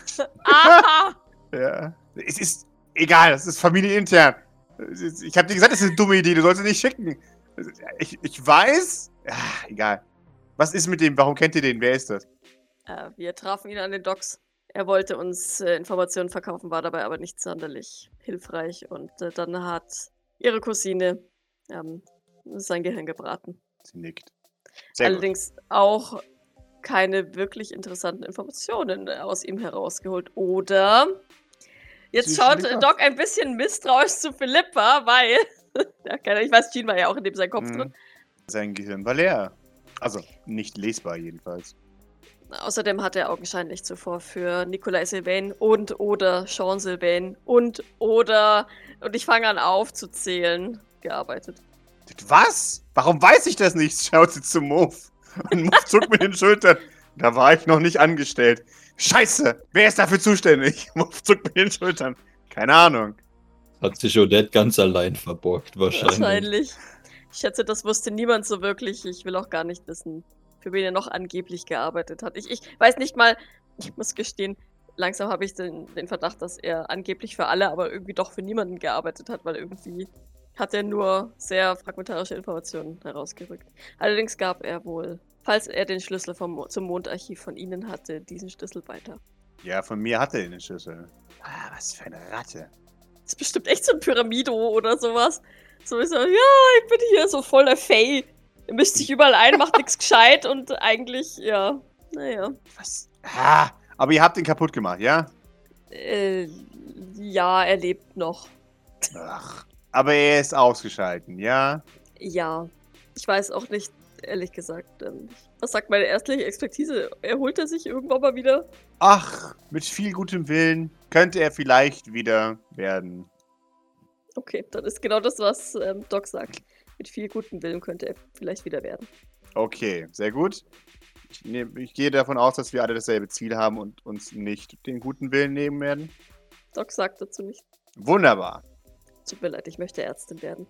Aha! Ja. Es ist egal, das ist familienintern. Es ist- Ich habe dir gesagt, das ist eine dumme Idee, du sollst sie nicht schicken. Ich, ich weiß. Ja, egal. Was ist mit dem? Warum kennt ihr den? Wer ist das? Äh, wir trafen ihn an den Docks. Er wollte uns äh, Informationen verkaufen, war dabei aber nicht sonderlich hilfreich. Und äh, dann hat ihre Cousine ähm, sein Gehirn gebraten. Sie nickt. Sehr gut. Allerdings auch keine wirklich interessanten Informationen aus ihm herausgeholt. Oder jetzt Sie schaut schlägt äh, auf. Doc ein bisschen misstrauisch zu Philippa, weil, ja, keine, ich weiß, Jean war ja auch in dem sein Kopf Mhm. drin. Sein Gehirn war leer. Also, nicht lesbar jedenfalls. Außerdem hat er augenscheinlich zuvor für Nikolai Sylvain und oder Sean Sylvain und oder, und ich fange an aufzuzählen, gearbeitet. Was? Warum weiß ich das nicht? Schaut sie zu Muff. Und Muff zuckt mit den Schultern. Da war ich noch nicht angestellt. Scheiße! Wer ist dafür zuständig? Muff zuckt mit den Schultern. Keine Ahnung. Hat sich Odette ganz allein verborgt, wahrscheinlich. Wahrscheinlich. Ich schätze, das wusste niemand so wirklich. Ich will auch gar nicht wissen, für wen er noch angeblich gearbeitet hat. Ich, ich weiß nicht mal, ich muss gestehen, langsam habe ich den, den Verdacht, dass er angeblich für alle, aber irgendwie doch für niemanden gearbeitet hat, weil irgendwie hat er nur sehr fragmentarische Informationen herausgerückt. Allerdings gab er wohl, falls er den Schlüssel vom, Mo- zum Mondarchiv von Ihnen hatte, diesen Schlüssel weiter. Ja, von mir hatte er den Schlüssel. Ah, was für eine Ratte. Das ist bestimmt echt so ein Pyramido oder sowas. So ist er, ja, ich bin hier so voller Fey. Ihr mischt sich überall ein, macht nichts gescheit und eigentlich, ja, naja. Was? Ah, aber ihr habt ihn kaputt gemacht, ja? Äh, ja, er lebt noch. Ach. Aber er ist ausgeschalten, ja? Ja. Ich weiß auch nicht, ehrlich gesagt. Ähm, was sagt meine ärztliche Expertise? Erholt er sich irgendwann mal wieder? Ach, mit viel gutem Willen könnte er vielleicht wieder werden. Okay, dann ist genau das, was ähm, Doc sagt. Mit viel gutem Willen könnte er vielleicht wieder werden. Okay, sehr gut. Ich, nehm, ich gehe davon aus, dass wir alle dasselbe Ziel haben und uns nicht den guten Willen nehmen werden. Doc sagt dazu nicht. Wunderbar. Tut mir leid, ich möchte Ärztin werden.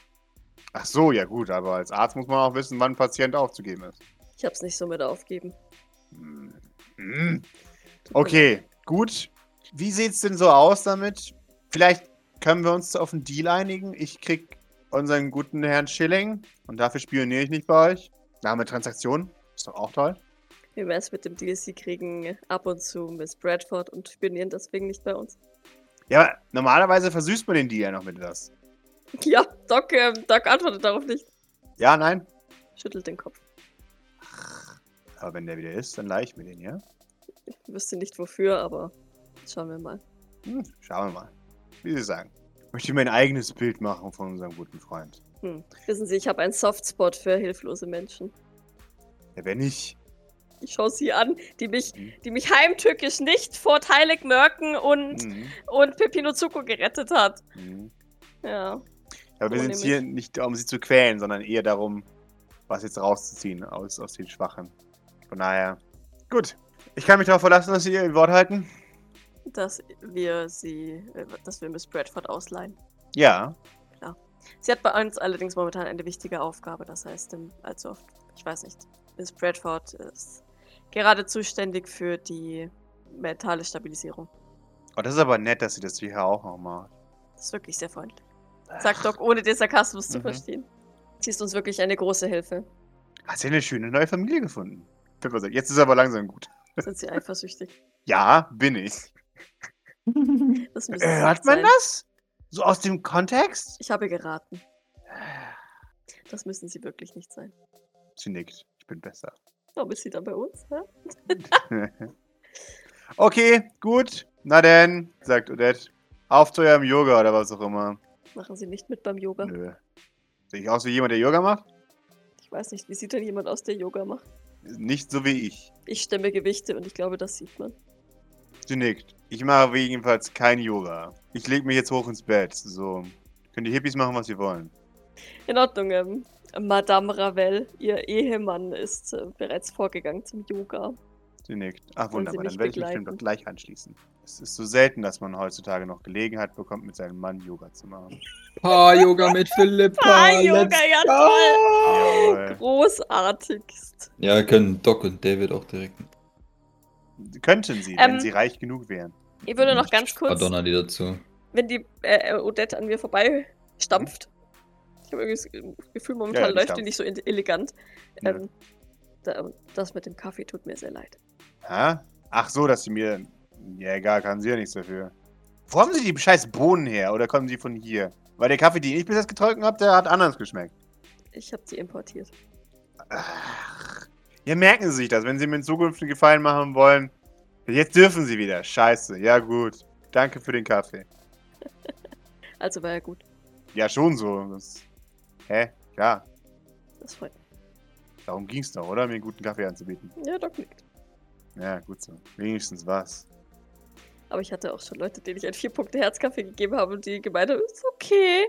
Ach so, ja gut, aber als Arzt muss man auch wissen, wann ein Patient aufzugeben ist. Ich hab's nicht so mit aufgeben. Hm. Hm. Tut mir leid. Okay, gut. Wie sieht's denn so aus damit? Vielleicht können wir uns auf einen Deal einigen. Ich krieg unseren guten Herrn Schilling und dafür spioniere ich nicht bei euch. Da haben wir Transaktionen. Ist doch auch toll. Wie wär's mit dem Deal? Sie kriegen ab und zu Miss Bradford und spionieren deswegen nicht bei uns. Ja, aber normalerweise versüßt man den Deal ja noch mit was. Ja, Doc, ähm, Doc antwortet darauf nicht. Ja, nein? Schüttelt den Kopf. Aber wenn der wieder ist, dann leih ich mir den, ja? Ich wüsste nicht wofür, aber schauen wir mal. Hm, schauen wir mal. Wie Sie sagen. Ich möchte mir ein eigenes Bild machen von unserem guten Freund. Hm. Wissen Sie, ich habe einen Softspot für hilflose Menschen. Ja, wer nicht? Ich schaue sie an, die mich, Mhm. die mich heimtückisch nicht vor Teilig Mörken und, Mhm. und Pepino Zuko gerettet hat. Mhm. Ja. Aber wir So sind hier nicht da, um sie zu quälen, sondern eher darum, was jetzt rauszuziehen aus, aus den Schwachen. Von daher, gut. Ich kann mich darauf verlassen, dass Sie Ihr Wort halten. Dass wir sie, äh, dass wir Miss Bradford ausleihen. Ja. Sie hat bei uns allerdings momentan eine wichtige Aufgabe, das heißt, ähm, allzu oft, ich weiß nicht, Miss Bradford ist gerade zuständig für die mentale Stabilisierung. Oh, das ist aber nett, dass sie das hier auch noch macht. Das ist wirklich sehr freundlich. Sagt Doc, ohne den Sarkasmus zu Mhm. verstehen. Sie ist uns wirklich eine große Hilfe. Hat sie eine schöne neue Familie gefunden. Pippa sagt, jetzt ist aber langsam gut. Sind sie eifersüchtig? Ja, bin ich. Das müsste Äh, es hört nicht man sein. das? So aus dem Kontext? Ich habe geraten. Das müssen sie wirklich nicht sein. Sie nickt. Ich bin besser. Warum ist sie dann bei uns? Hä? Okay, gut. Na denn, sagt Odette. Auf zu eurem Yoga oder was auch immer. Machen sie nicht mit beim Yoga? Nö. Sehe ich aus wie jemand, der Yoga macht? Ich weiß nicht, wie sieht denn jemand aus, der Yoga macht? Nicht so wie ich. Ich stemme Gewichte und ich glaube, das sieht man. Sie nickt. Ich mache jedenfalls kein Yoga. Ich lege mich jetzt hoch ins Bett. So. Können die Hippies machen, was sie wollen. In Ordnung, ähm, Madame Ravel, ihr Ehemann, ist äh, bereits vorgegangen zum Yoga. Sie nickt. Ach, Wenn Sie wunderbar. mich Dann werde ich mich dem begleiten. doch gleich anschließen. Es ist so selten, dass man heutzutage noch Gelegenheit bekommt, mit seinem Mann Yoga zu machen. Paar-Yoga mit Philippa. Paar-Yoga, let's ja, go! Jawohl. Großartigst. Ja, können Doc und David auch direkt. Könnten sie, Ähm, wenn sie reich genug wären. Ich würde noch ganz kurz, Madonna die dazu. wenn die äh, Odette an mir vorbei stampft. Ich habe irgendwie das Gefühl, momentan Ja, ja, die läuft die stampft. nicht so in- elegant. Nö. Ähm, da, das mit dem Kaffee tut mir sehr leid. Hä? Ach so, dass sie mir... Ja, egal, kann sie ja nichts dafür. Wo haben sie die scheiß Bohnen her? Oder kommen sie von hier? Weil der Kaffee, den ich bis jetzt getrunken habe, der hat anders geschmeckt. Ich habe sie importiert. Ach. Ja, merken Sie sich das, wenn Sie mir in Zukunft einen Gefallen machen wollen. Jetzt dürfen Sie wieder. Scheiße. Ja, gut. Danke für den Kaffee. Also war ja gut. Ja, schon so. Das... Hä? Ja. Das freut mich. Darum ging's doch, oder? Mir einen guten Kaffee anzubieten. Ja, Doc nickt. Ja, gut so. Wenigstens was. Aber ich hatte auch schon Leute, denen ich einen vier Punkte Herzkaffee gegeben habe und die gemeint haben, ist okay.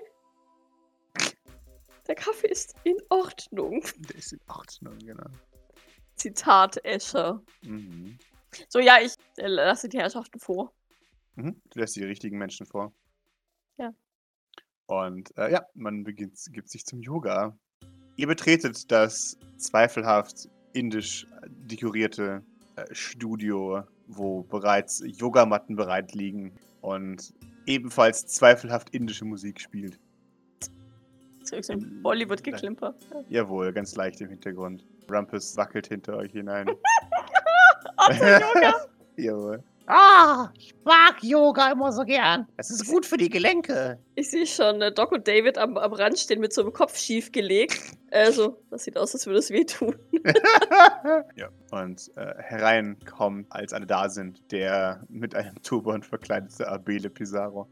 Der Kaffee ist in Ordnung. Der ist in Ordnung, genau. Zitat Escher. Mhm. So, ja, ich äh, lasse die Herrschaften vor. Mhm. Du lässt die richtigen Menschen vor. Ja. Und äh, ja, man beginnt, gibt sich zum Yoga. Ihr betretet das zweifelhaft indisch dekorierte äh, Studio, wo bereits Yogamatten bereit liegen und ebenfalls zweifelhaft indische Musik spielt. So so ein Bollywood-Geklimper. Ja. Jawohl, ganz leicht im Hintergrund. Rumpus wackelt hinter euch hinein. Otto-Yoga. Jawohl. Ah, ich mag Yoga immer so gern. Es ist gut für die Gelenke. Ich sehe schon äh, Doc und David am, am Rand stehen mit so einem Kopf schief gelegt. Also, das sieht aus, als würde es wehtun. Ja, und äh, hereinkommt, als alle da sind, der mit einem Turban verkleidete Abele Pizarro.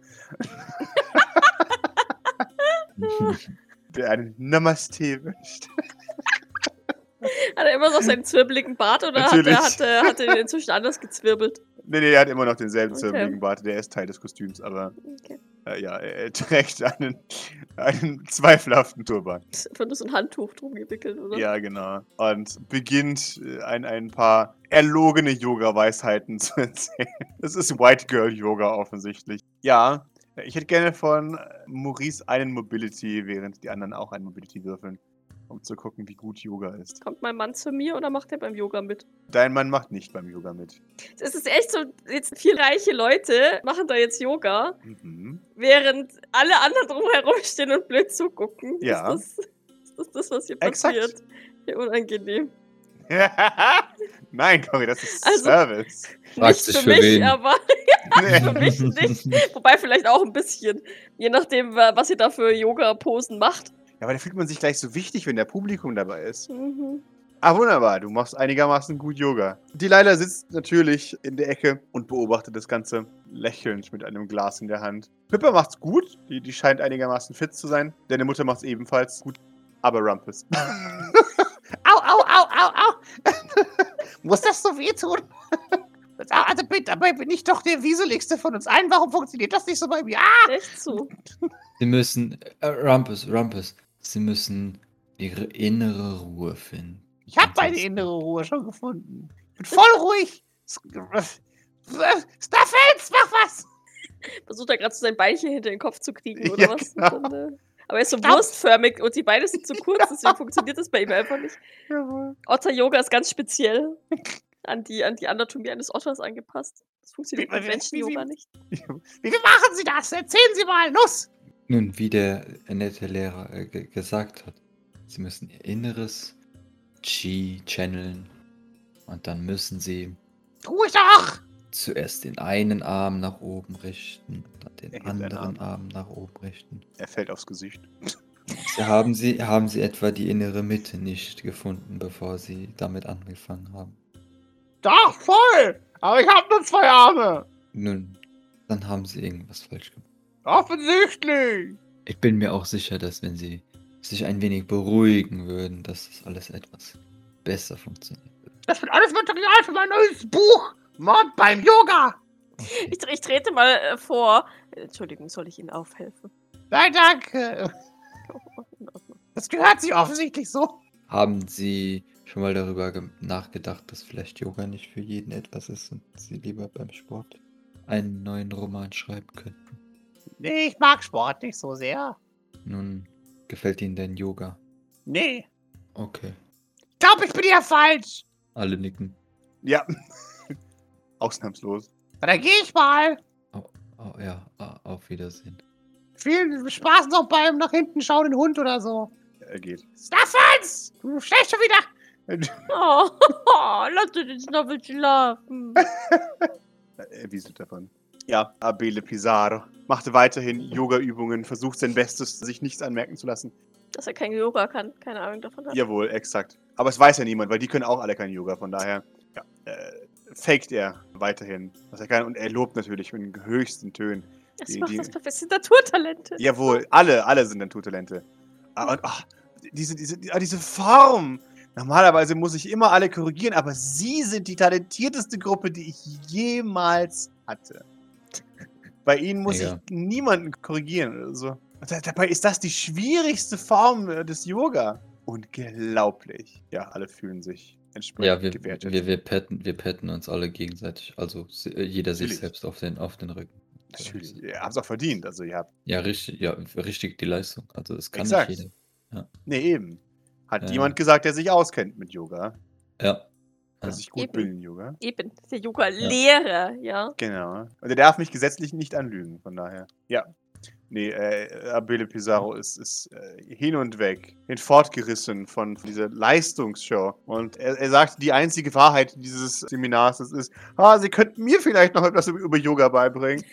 Der einen Namaste wünscht. Hat er immer noch seinen zwirbeligen Bart oder hat Natürlich. er, hat, er, hat er den inzwischen anders gezwirbelt? Nee, nee, er hat immer noch denselben Okay. zwirbeligen Bart. Der ist Teil des Kostüms, aber Okay. äh, ja, er, er trägt einen, einen zweifelhaften Turban. Ist einfach nur so ein Handtuch drum gewickelt, oder? Ja, genau. Und beginnt äh, ein, ein paar erlogene Yoga-Weisheiten zu erzählen. Das ist White Girl Yoga offensichtlich. Ja, ich hätte gerne von Maurice einen Mobility, während die anderen auch einen Mobility würfeln, um zu gucken, wie gut Yoga ist. Kommt mein Mann zu mir oder macht er beim Yoga mit? Dein Mann macht nicht beim Yoga mit. Es ist echt so, jetzt vier reiche Leute machen da jetzt Yoga, Mhm. während alle anderen drumherum stehen und blöd zugucken. Ja. Ist das ist das, das was hier Exakt. passiert? Hier unangenehm. Nein, Cory, das ist Also- Service. Fragt Nicht sich für für mich, wen. aber für mich nicht. Wobei vielleicht auch ein bisschen. Je nachdem, wa- was ihr da für Yoga-Posen macht. Ja, aber da fühlt man sich gleich so wichtig, wenn der Publikum dabei ist. Mhm. Ah, wunderbar. Du machst einigermaßen gut Yoga. Die Laila sitzt natürlich in der Ecke und beobachtet das Ganze lächelnd mit einem Glas in der Hand. Pippa macht's gut. Die, die scheint einigermaßen fit zu sein. Deine Mutter macht's ebenfalls gut. Aber Rumpus. Au, au, au, au, au. Muss das so wehtun? Also bitte, dabei bin ich doch der Wieseligste von uns allen. Warum funktioniert das nicht so bei mir? Ah! Echt so. Sie müssen, äh, Rumpus, Rumpus, Sie müssen Ihre innere Ruhe finden. Ich habe meine Ansonsten- innere Ruhe schon gefunden. Ich bin voll ruhig. Starfels, mach was! Versucht er gerade so sein Beinchen hinter den Kopf zu kriegen, oder Ja, was? genau. Und dann, äh, aber er ist so glaub- wurstförmig und die Beine sind zu kurz, deswegen funktioniert das bei ihm einfach nicht. Jawohl. Otter-Yoga ist ganz speziell an die, an die Anatomie eines Otters angepasst. Das funktioniert Wie- mit wie- Menschen-Yoga wie- nicht. Wie machen Sie das? Erzählen Sie mal, los! Nun, wie der nette Lehrer äh, ge- gesagt hat, Sie müssen Ihr inneres Chi channeln und dann müssen Sie Tu ich doch! zuerst den einen Arm nach oben richten, dann Er den hebt seinen anderen Arm nach oben richten. Er fällt aufs Gesicht. Sie haben, Sie, haben Sie etwa die innere Mitte nicht gefunden, bevor Sie damit angefangen haben? Doch, voll! Aber ich habe nur zwei Arme! Nun, dann haben Sie irgendwas falsch gemacht. Offensichtlich! Ich bin mir auch sicher, dass wenn Sie sich ein wenig beruhigen würden, dass das alles etwas besser funktioniert würde. Das wird alles Material für mein neues Buch! Mord beim Yoga! Okay. Ich, ich trete mal äh, vor. Entschuldigung, soll ich Ihnen aufhelfen? Nein, danke! Oh, in Ordnung. Das gehört sich offensichtlich so. Haben Sie schon mal darüber ge- nachgedacht, dass vielleicht Yoga nicht für jeden etwas ist und sie lieber beim Sport einen neuen Roman schreiben könnten? Nee, ich mag Sport nicht so sehr. Nun, gefällt Ihnen denn Yoga? Nee. Okay, Ich glaube, ich bin ja falsch. alle nicken. Ja. Ausnahmslos. Na, dann gehe ich mal. Oh, oh, ja, ah, auf Wiedersehen. Viel Spaß noch beim nach hinten schauenden Hund oder so. Er geht. Staffens! Du schläfst schon wieder. Oh, lass den Schnuffel schlafen. Er wieselt davon. Ja, Abele Pizarro machte weiterhin Yoga-Übungen, versucht sein Bestes, sich nichts anmerken zu lassen. Dass er kein Yoga kann, keine Ahnung davon hat. Jawohl, exakt. Aber es weiß ja niemand, weil die können auch alle kein Yoga, von daher, ja, äh, faked er weiterhin, was er kann. Und er lobt natürlich mit den höchsten Tönen. Das Die- macht die- das perfekte Naturtalente. Jawohl, alle, alle sind Naturtalente. Ah, Und ach, diese, diese, ah, diese Form. Normalerweise muss ich immer alle korrigieren, aber sie sind die talentierteste Gruppe, die ich jemals hatte. Bei ihnen muss Mega. ich niemanden korrigieren oder so. Und da- dabei ist das die schwierigste Form äh, des Yoga. Unglaublich. Ja, alle fühlen sich entsprechend Ja, wir, gewertet. wir, wir, petten, wir petten uns alle gegenseitig. Also se- äh, jeder sich Natürlich. selbst auf den, auf den Rücken. Natürlich. Ihr habt es auch verdient. Also ihr habt. Ja, richtig, ja, richtig die Leistung. Also das kann Exakt. nicht jeder. Nee, eben. Hat Ja. jemand gesagt, der sich auskennt mit Yoga. Ja. Dass Ja. ich gut Eben. bin in Yoga. Eben, der Yoga-Lehrer, ja. Genau. Und er darf mich gesetzlich nicht anlügen, von daher. Ja. Nee, äh, Abele Pizarro ist, ist äh, hin und weg, hinfortgerissen von dieser Leistungsshow. Und er, er sagt, die einzige Wahrheit dieses Seminars das ist, ah, Sie könnten mir vielleicht noch etwas über, über Yoga beibringen.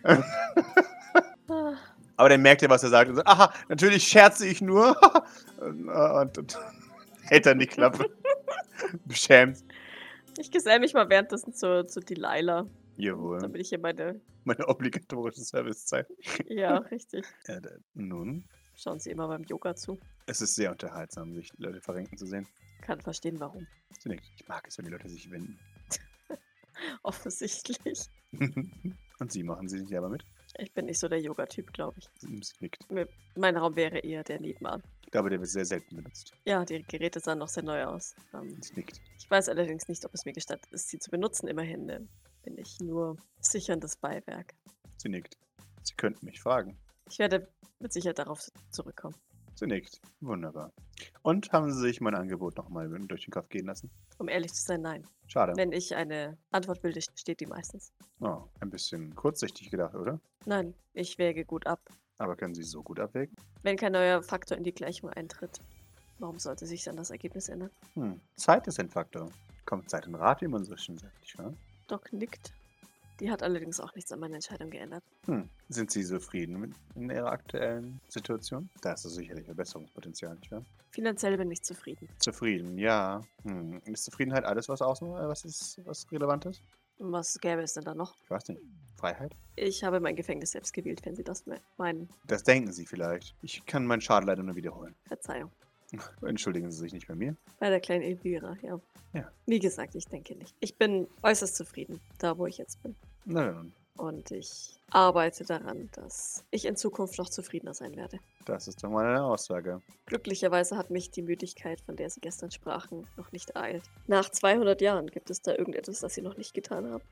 Ah, Aber dann merkt er, was er sagt und sagt, aha, natürlich scherze ich nur. und, und, und hält dann die Klappe. Beschämt. Ich gesell mich mal währenddessen zu, zu Delilah. Jawohl. Damit ich hier meine. Meine obligatorische Servicezeit. Ja, richtig. Ja, da, nun, Schauen Sie immer beim Yoga zu. es ist sehr unterhaltsam, sich Leute verrenken zu sehen. Kann verstehen, warum. Zunächst, ich mag es, wenn die Leute sich wenden. Offensichtlich. Und Sie machen Sie nicht aber mit? Ich bin nicht so der Yoga-Typ, glaube ich. Sie nickt. Mir- Mein Raum wäre eher der nebenan. Ich glaube, der wird sehr selten benutzt. Ja, die Geräte sahen noch sehr neu aus. Ähm, Sie nickt. ich weiß allerdings nicht, ob es mir gestattet ist, sie zu benutzen. Immerhin äh, bin ich nur sicherndes Beiwerk. Sie nickt. Sie könnten mich fragen. Ich werde mit Sicherheit darauf zurückkommen. Sie nickt. Wunderbar. Und haben Sie sich mein Angebot nochmal durch den Kopf gehen lassen? Um ehrlich zu sein, nein. Schade. Wenn ich eine Antwort will, steht die meistens. Oh, ein bisschen kurzsichtig gedacht, oder? Nein, ich wäge gut ab. Aber können Sie so gut abwägen? Wenn kein neuer Faktor in die Gleichung eintritt, warum sollte sich dann das Ergebnis ändern? Hm. Zeit ist ein Faktor. Kommt Zeit in Rat, wie man so schön sagt, nicht wahr? Doc nickt. Die hat allerdings auch nichts an meiner Entscheidung geändert. Hm. Sind Sie zufrieden mit in Ihrer aktuellen Situation? Da ist es sicherlich Verbesserungspotenzial, nicht wahr? Finanziell bin ich zufrieden. Zufrieden, ja. Hm. Ist Zufriedenheit alles, was außen, äh, was ist, was relevant ist? Und was gäbe es denn da noch? Ich weiß nicht. Freiheit? Ich habe mein Gefängnis selbst gewählt, wenn Sie das me- meinen. Das denken Sie vielleicht. Ich kann meinen Schaden leider nur wiederholen. Verzeihung. Entschuldigen Sie sich nicht bei mir. Bei der kleinen Elvira, ja. Ja. Wie gesagt, ich denke nicht. Ich bin äußerst zufrieden, da wo ich jetzt bin. Na dann, Und ich arbeite daran, dass ich in Zukunft noch zufriedener sein werde. das ist doch mal eine Aussage. Glücklicherweise hat mich die Müdigkeit, von der Sie gestern sprachen, noch nicht ereilt. Nach zweihundert Jahren gibt es da irgendetwas, das Sie noch nicht getan haben?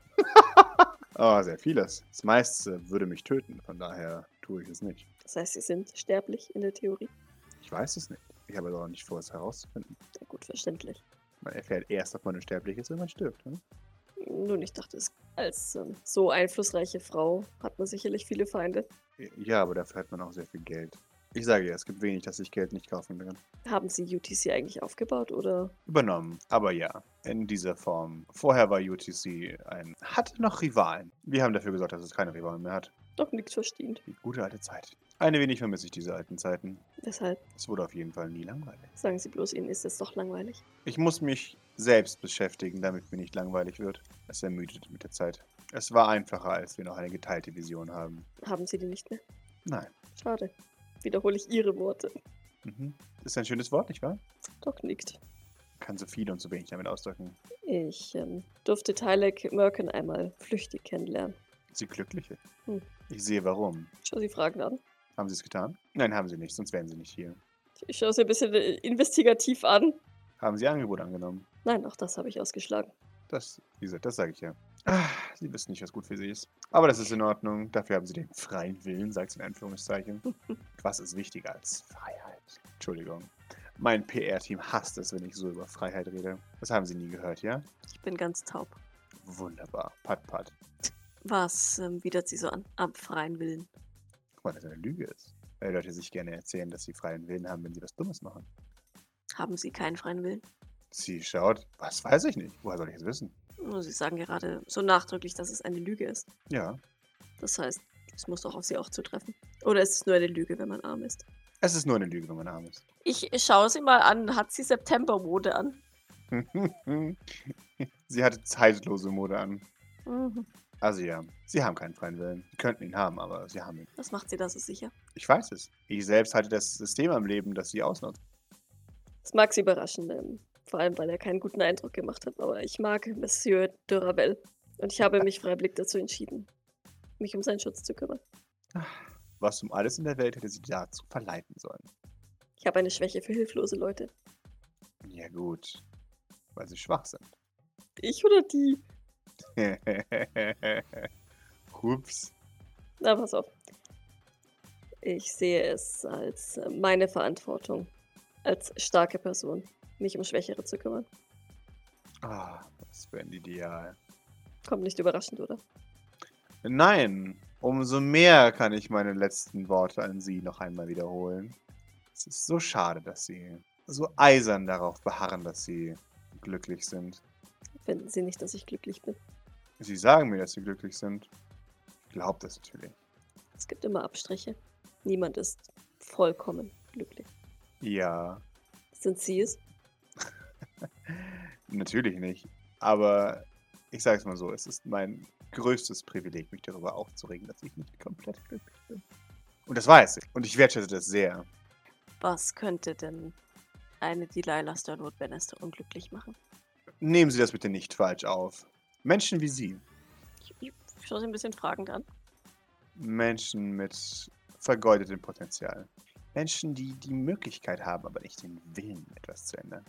Oh, sehr vieles. Das meiste würde mich töten, von daher tue ich es nicht. Das heißt, Sie sind sterblich in der Theorie? Ich weiß es nicht. Ich habe doch nicht vor, es herauszufinden. Sehr gut verständlich. Man erfährt erst, ob man unsterblich ist, wenn man stirbt. Ne? Nun, ich dachte, es als ähm, so einflussreiche Frau hat man sicherlich viele Feinde. Ja, aber dafür hat man auch sehr viel Geld. Ich sage ja, es gibt wenig, das sich Geld nicht kaufen kann. Haben Sie U T C eigentlich aufgebaut oder? Übernommen, aber ja, in dieser Form. Vorher war U T C ein... hatte noch Rivalen. Wir haben dafür gesorgt, dass es keine Rivalen mehr hat. Doch nichts verstehend. Die gute alte Zeit. Ein wenig vermisse ich diese alten Zeiten. Deshalb Es wurde auf jeden Fall nie langweilig. sagen Sie bloß, Ihnen ist es doch langweilig. Ich muss mich selbst beschäftigen, damit mir nicht langweilig wird. Es ermüdet mit der Zeit. Es war einfacher, als wir noch eine geteilte Vision haben. Haben Sie die nicht mehr? Nein. Schade. Wiederhole ich Ihre Worte. Mhm. Ist ein schönes Wort, nicht wahr? Doc nickt. Kann so viel und so wenig damit ausdrücken. Ich ähm, durfte Tylek Merkin einmal flüchtig kennenlernen. Sie Glückliche. Hm. Ich sehe warum. Schau Sie Fragen an. Haben Sie es getan? Nein, haben Sie nicht, sonst wären Sie nicht hier. Ich schaue Sie ein bisschen äh, investigativ an. Haben Sie Angebot angenommen? Nein, auch das habe ich ausgeschlagen. Das, wie gesagt, das sage ich ja. Ah, Sie wissen nicht, was gut für Sie ist. Aber das ist in Ordnung. Dafür haben Sie den freien Willen, sagt es in Anführungszeichen. Was ist wichtiger als Freiheit? Entschuldigung. Mein P R-Team hasst es, wenn ich so über Freiheit rede. Das haben Sie nie gehört, ja? Ich bin ganz taub. Wunderbar. Pat, pat. Was ähm, widert Sie so an? Am freien Willen. Guck mal, das eine Lüge ist. Weil Leute sich gerne erzählen, dass sie freien Willen haben, wenn sie was Dummes machen. Haben Sie keinen freien Willen? Sie schaut, was weiß ich nicht. Woher soll ich es wissen? Oh, Sie sagen gerade so nachdrücklich, dass es eine Lüge ist. Ja. Das heißt, es muss doch auf Sie auch zutreffen. Oder ist es nur eine Lüge, wenn man arm ist? Es ist nur eine Lüge, wenn man arm ist. Ich schaue sie mal an. Hat sie Septembermode an? Sie hatte zeitlose Mode an. Mhm. Also ja, sie haben keinen freien Willen. Sie könnten ihn haben, aber sie haben ihn. Was macht sie da so sicher? Ich weiß es. Ich selbst halte das System am Leben, das sie ausnutzt. Das mag sie überraschen, ähm, vor allem, weil er keinen guten Eindruck gemacht hat. Aber ich mag Monsieur de Ravel. Und ich habe mich freiwillig dazu entschieden, mich um seinen Schutz zu kümmern. Was um alles in der Welt hätte sie dazu verleiten sollen. Ich habe eine Schwäche für hilflose Leute. Ja gut, weil sie schwach sind. Ich oder die? Ups. Na, pass auf. Ich sehe es als äh, meine Verantwortung, als starke Person, mich um Schwächere zu kümmern. Ah, das wäre ein Ideal. Kommt nicht überraschend, oder? Nein, umso mehr kann ich meine letzten Worte an Sie noch einmal wiederholen. Es ist so schade, dass Sie so eisern darauf beharren, dass Sie glücklich sind. Finden Sie nicht, dass ich glücklich bin? Sie sagen mir, dass Sie glücklich sind. Ich glaube das natürlich. Es gibt immer Abstriche. Niemand ist vollkommen glücklich. Ja, Sind Sie es? natürlich nicht. Aber ich sage es mal so, es ist mein größtes Privileg, mich darüber aufzuregen, dass ich nicht komplett glücklich bin. Und das weiß ich. Und ich wertschätze das sehr. Was könnte denn eine Delilah Sternwood Bannister unglücklich machen? Nehmen Sie das bitte nicht falsch auf. Menschen wie Sie, Ich, ich schaue Sie ein bisschen fragend an. Menschen mit vergeudetem Potenzial, Menschen, die die Möglichkeit haben, aber nicht den Willen, etwas zu ändern.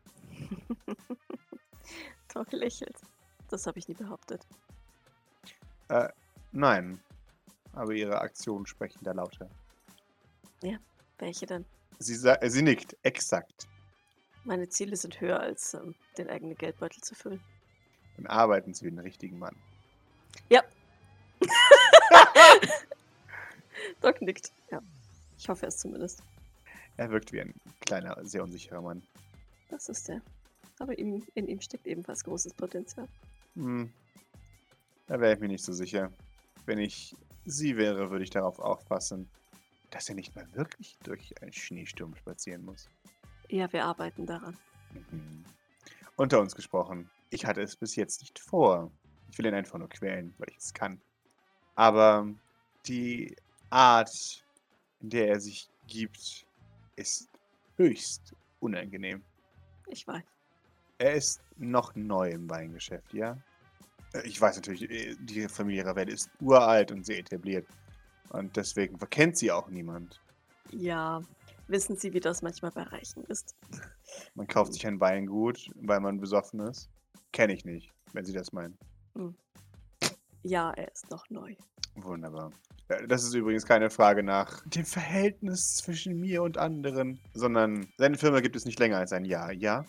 Doch lächelt. Das habe ich nie behauptet. Äh, nein. Aber Ihre Aktionen sprechen da lauter. Welche denn? Sie, sa äh, sie nickt, exakt. Meine Ziele sind höher, als ähm, den eigenen Geldbeutel zu füllen. Dann arbeiten Sie wie den richtigen Mann. Ja. Doc nickt. Ja. Ich hoffe es zumindest. Er wirkt wie ein kleiner, sehr unsicherer Mann. Das ist er. Aber ihm, in ihm steckt ebenfalls großes Potenzial. Hm. Da wäre ich mir nicht so sicher. Wenn ich Sie wäre, würde ich darauf aufpassen, dass er nicht mal wirklich durch einen Schneesturm spazieren muss. Ja, wir arbeiten daran. Mhm. Unter uns gesprochen, ich hatte es bis jetzt nicht vor. Ich will ihn einfach nur quälen, weil ich es kann. Aber die Art, in der er sich gibt, ist höchst unangenehm. Ich weiß. Er ist noch neu im Weingeschäft, ja? Äh, Ich weiß natürlich, äh, die Familie Ravel ist uralt und sehr etabliert. Und deswegen verkennt sie auch niemand. Ja, wissen Sie, wie das manchmal bei Reichen ist? Man kauft sich ein Weingut, weil man besoffen ist. Kenne ich nicht, wenn Sie das meinen. Ja, er ist noch neu. Wunderbar. Äh, Das ist übrigens keine Frage nach dem Verhältnis zwischen mir und anderen, sondern seine Firma gibt es nicht länger als ein Jahr, ja?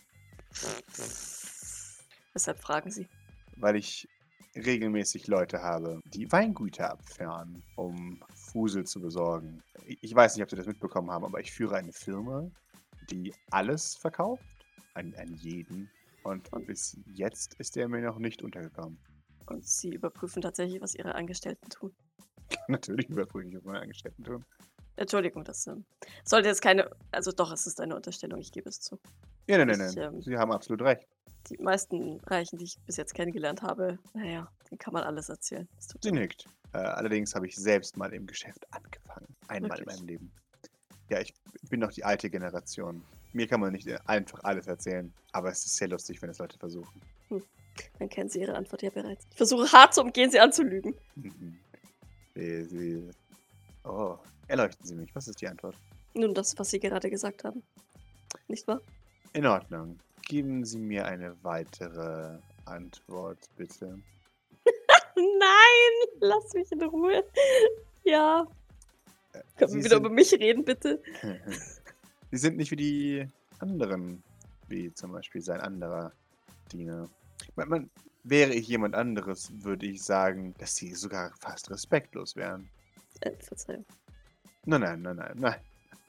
Weshalb fragen Sie? Weil ich regelmäßig Leute habe, die Weingüter abfahren, um Fusel zu besorgen. Ich ich weiß nicht, ob Sie das mitbekommen haben, aber ich führe eine Firma, die alles verkauft, an, an jeden. Und Und? bis jetzt ist der mir noch nicht untergekommen. Und Sie überprüfen tatsächlich, was Ihre Angestellten tun. Natürlich überprüfe ich, was meine Angestellten tun. Entschuldigung, das ähm, sollte jetzt keine. Also doch, es ist eine Unterstellung, ich gebe es zu. Ja, nein, nein, Ich, nein. ähm, Sie haben absolut recht. Die meisten Reichen, die ich bis jetzt kennengelernt habe, naja, denen kann man alles erzählen. Das tut Sie mir nickt. Äh, allerdings habe ich selbst mal im Geschäft angefangen. Einmal Wirklich? in meinem Leben. Ja, ich bin noch die alte Generation. Mir kann man nicht äh, einfach alles erzählen. Aber es ist sehr lustig, wenn es Leute versuchen. Dann kennen Sie Ihre Antwort ja bereits. Ich versuche hart zu umgehen, Sie anzulügen. Mhm. Sie, sie. Oh, erleuchten Sie mich. Was ist die Antwort? Nun, das, was Sie gerade gesagt haben. Nicht wahr? In Ordnung. Geben Sie mir eine weitere Antwort, bitte. Nein, lass mich in Ruhe. Ja. Äh, Können Sie wir wieder sind- über mich reden, bitte? Sie sind nicht wie die anderen, wie zum Beispiel sein anderer Diener. Man, man, wäre ich jemand anderes, würde ich sagen, dass Sie sogar fast respektlos wären. Äh, Verzeihung. Nein, nein, nein, nein, nein.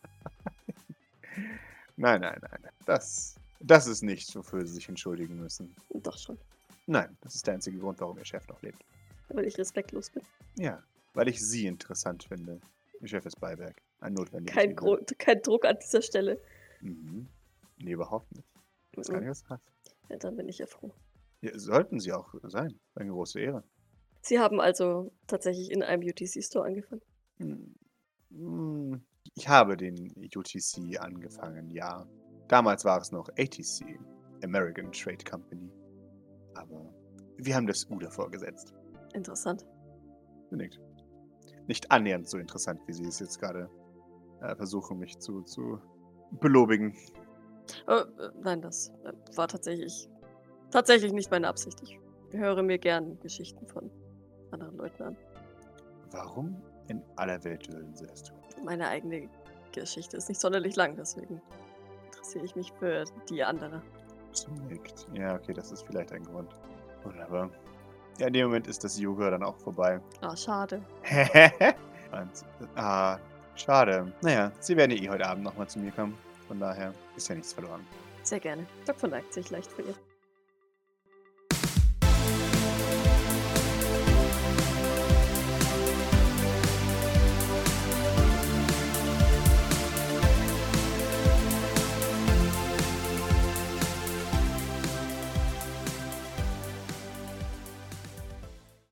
Nein, nein, nein. Das, das ist nichts, wofür Sie sich entschuldigen müssen. Doch schon. Nein, das ist der einzige Grund, warum Ihr Chef noch lebt. Weil ich respektlos bin. Ja, weil ich Sie interessant finde. Ihr Chef ist Beiwerk. Ein notwendiges Kein, Übel. Gro kein Druck an dieser Stelle. Mhm. Nee, überhaupt nicht. Das ist gar Mhm. nicht was. Ja, dann bin ich ja froh. Ja, sollten Sie auch sein. Eine große Ehre. Sie haben also tatsächlich in einem U T C-Store angefangen. Hm. Hm, Ich habe den U T C angefangen, ja. Damals war es noch A T C, American Trade Company. Aber wir haben das U davor gesetzt. Interessant. Nicht, nicht annähernd so interessant, wie Sie es jetzt gerade äh, versuchen, mich zu, zu belobigen. Äh, äh, nein, das äh, war tatsächlich, tatsächlich nicht meine Absicht. Ich höre mir gern Geschichten von anderen Leuten an. Warum in aller Welt würden Sie das tun? Meine eigene Geschichte ist nicht sonderlich lang, deswegen interessiere ich mich für die andere. Sie nickt. Ja, okay, das ist vielleicht ein Grund. Wunderbar. Ja, in dem Moment ist das Yoga dann auch vorbei. Ah, schade. Und, ah, schade. Naja, Sie werden ja eh heute Abend nochmal zu mir kommen. Von daher ist ja nichts verloren. Sehr gerne. Doc verneigt sich leicht vor ihr.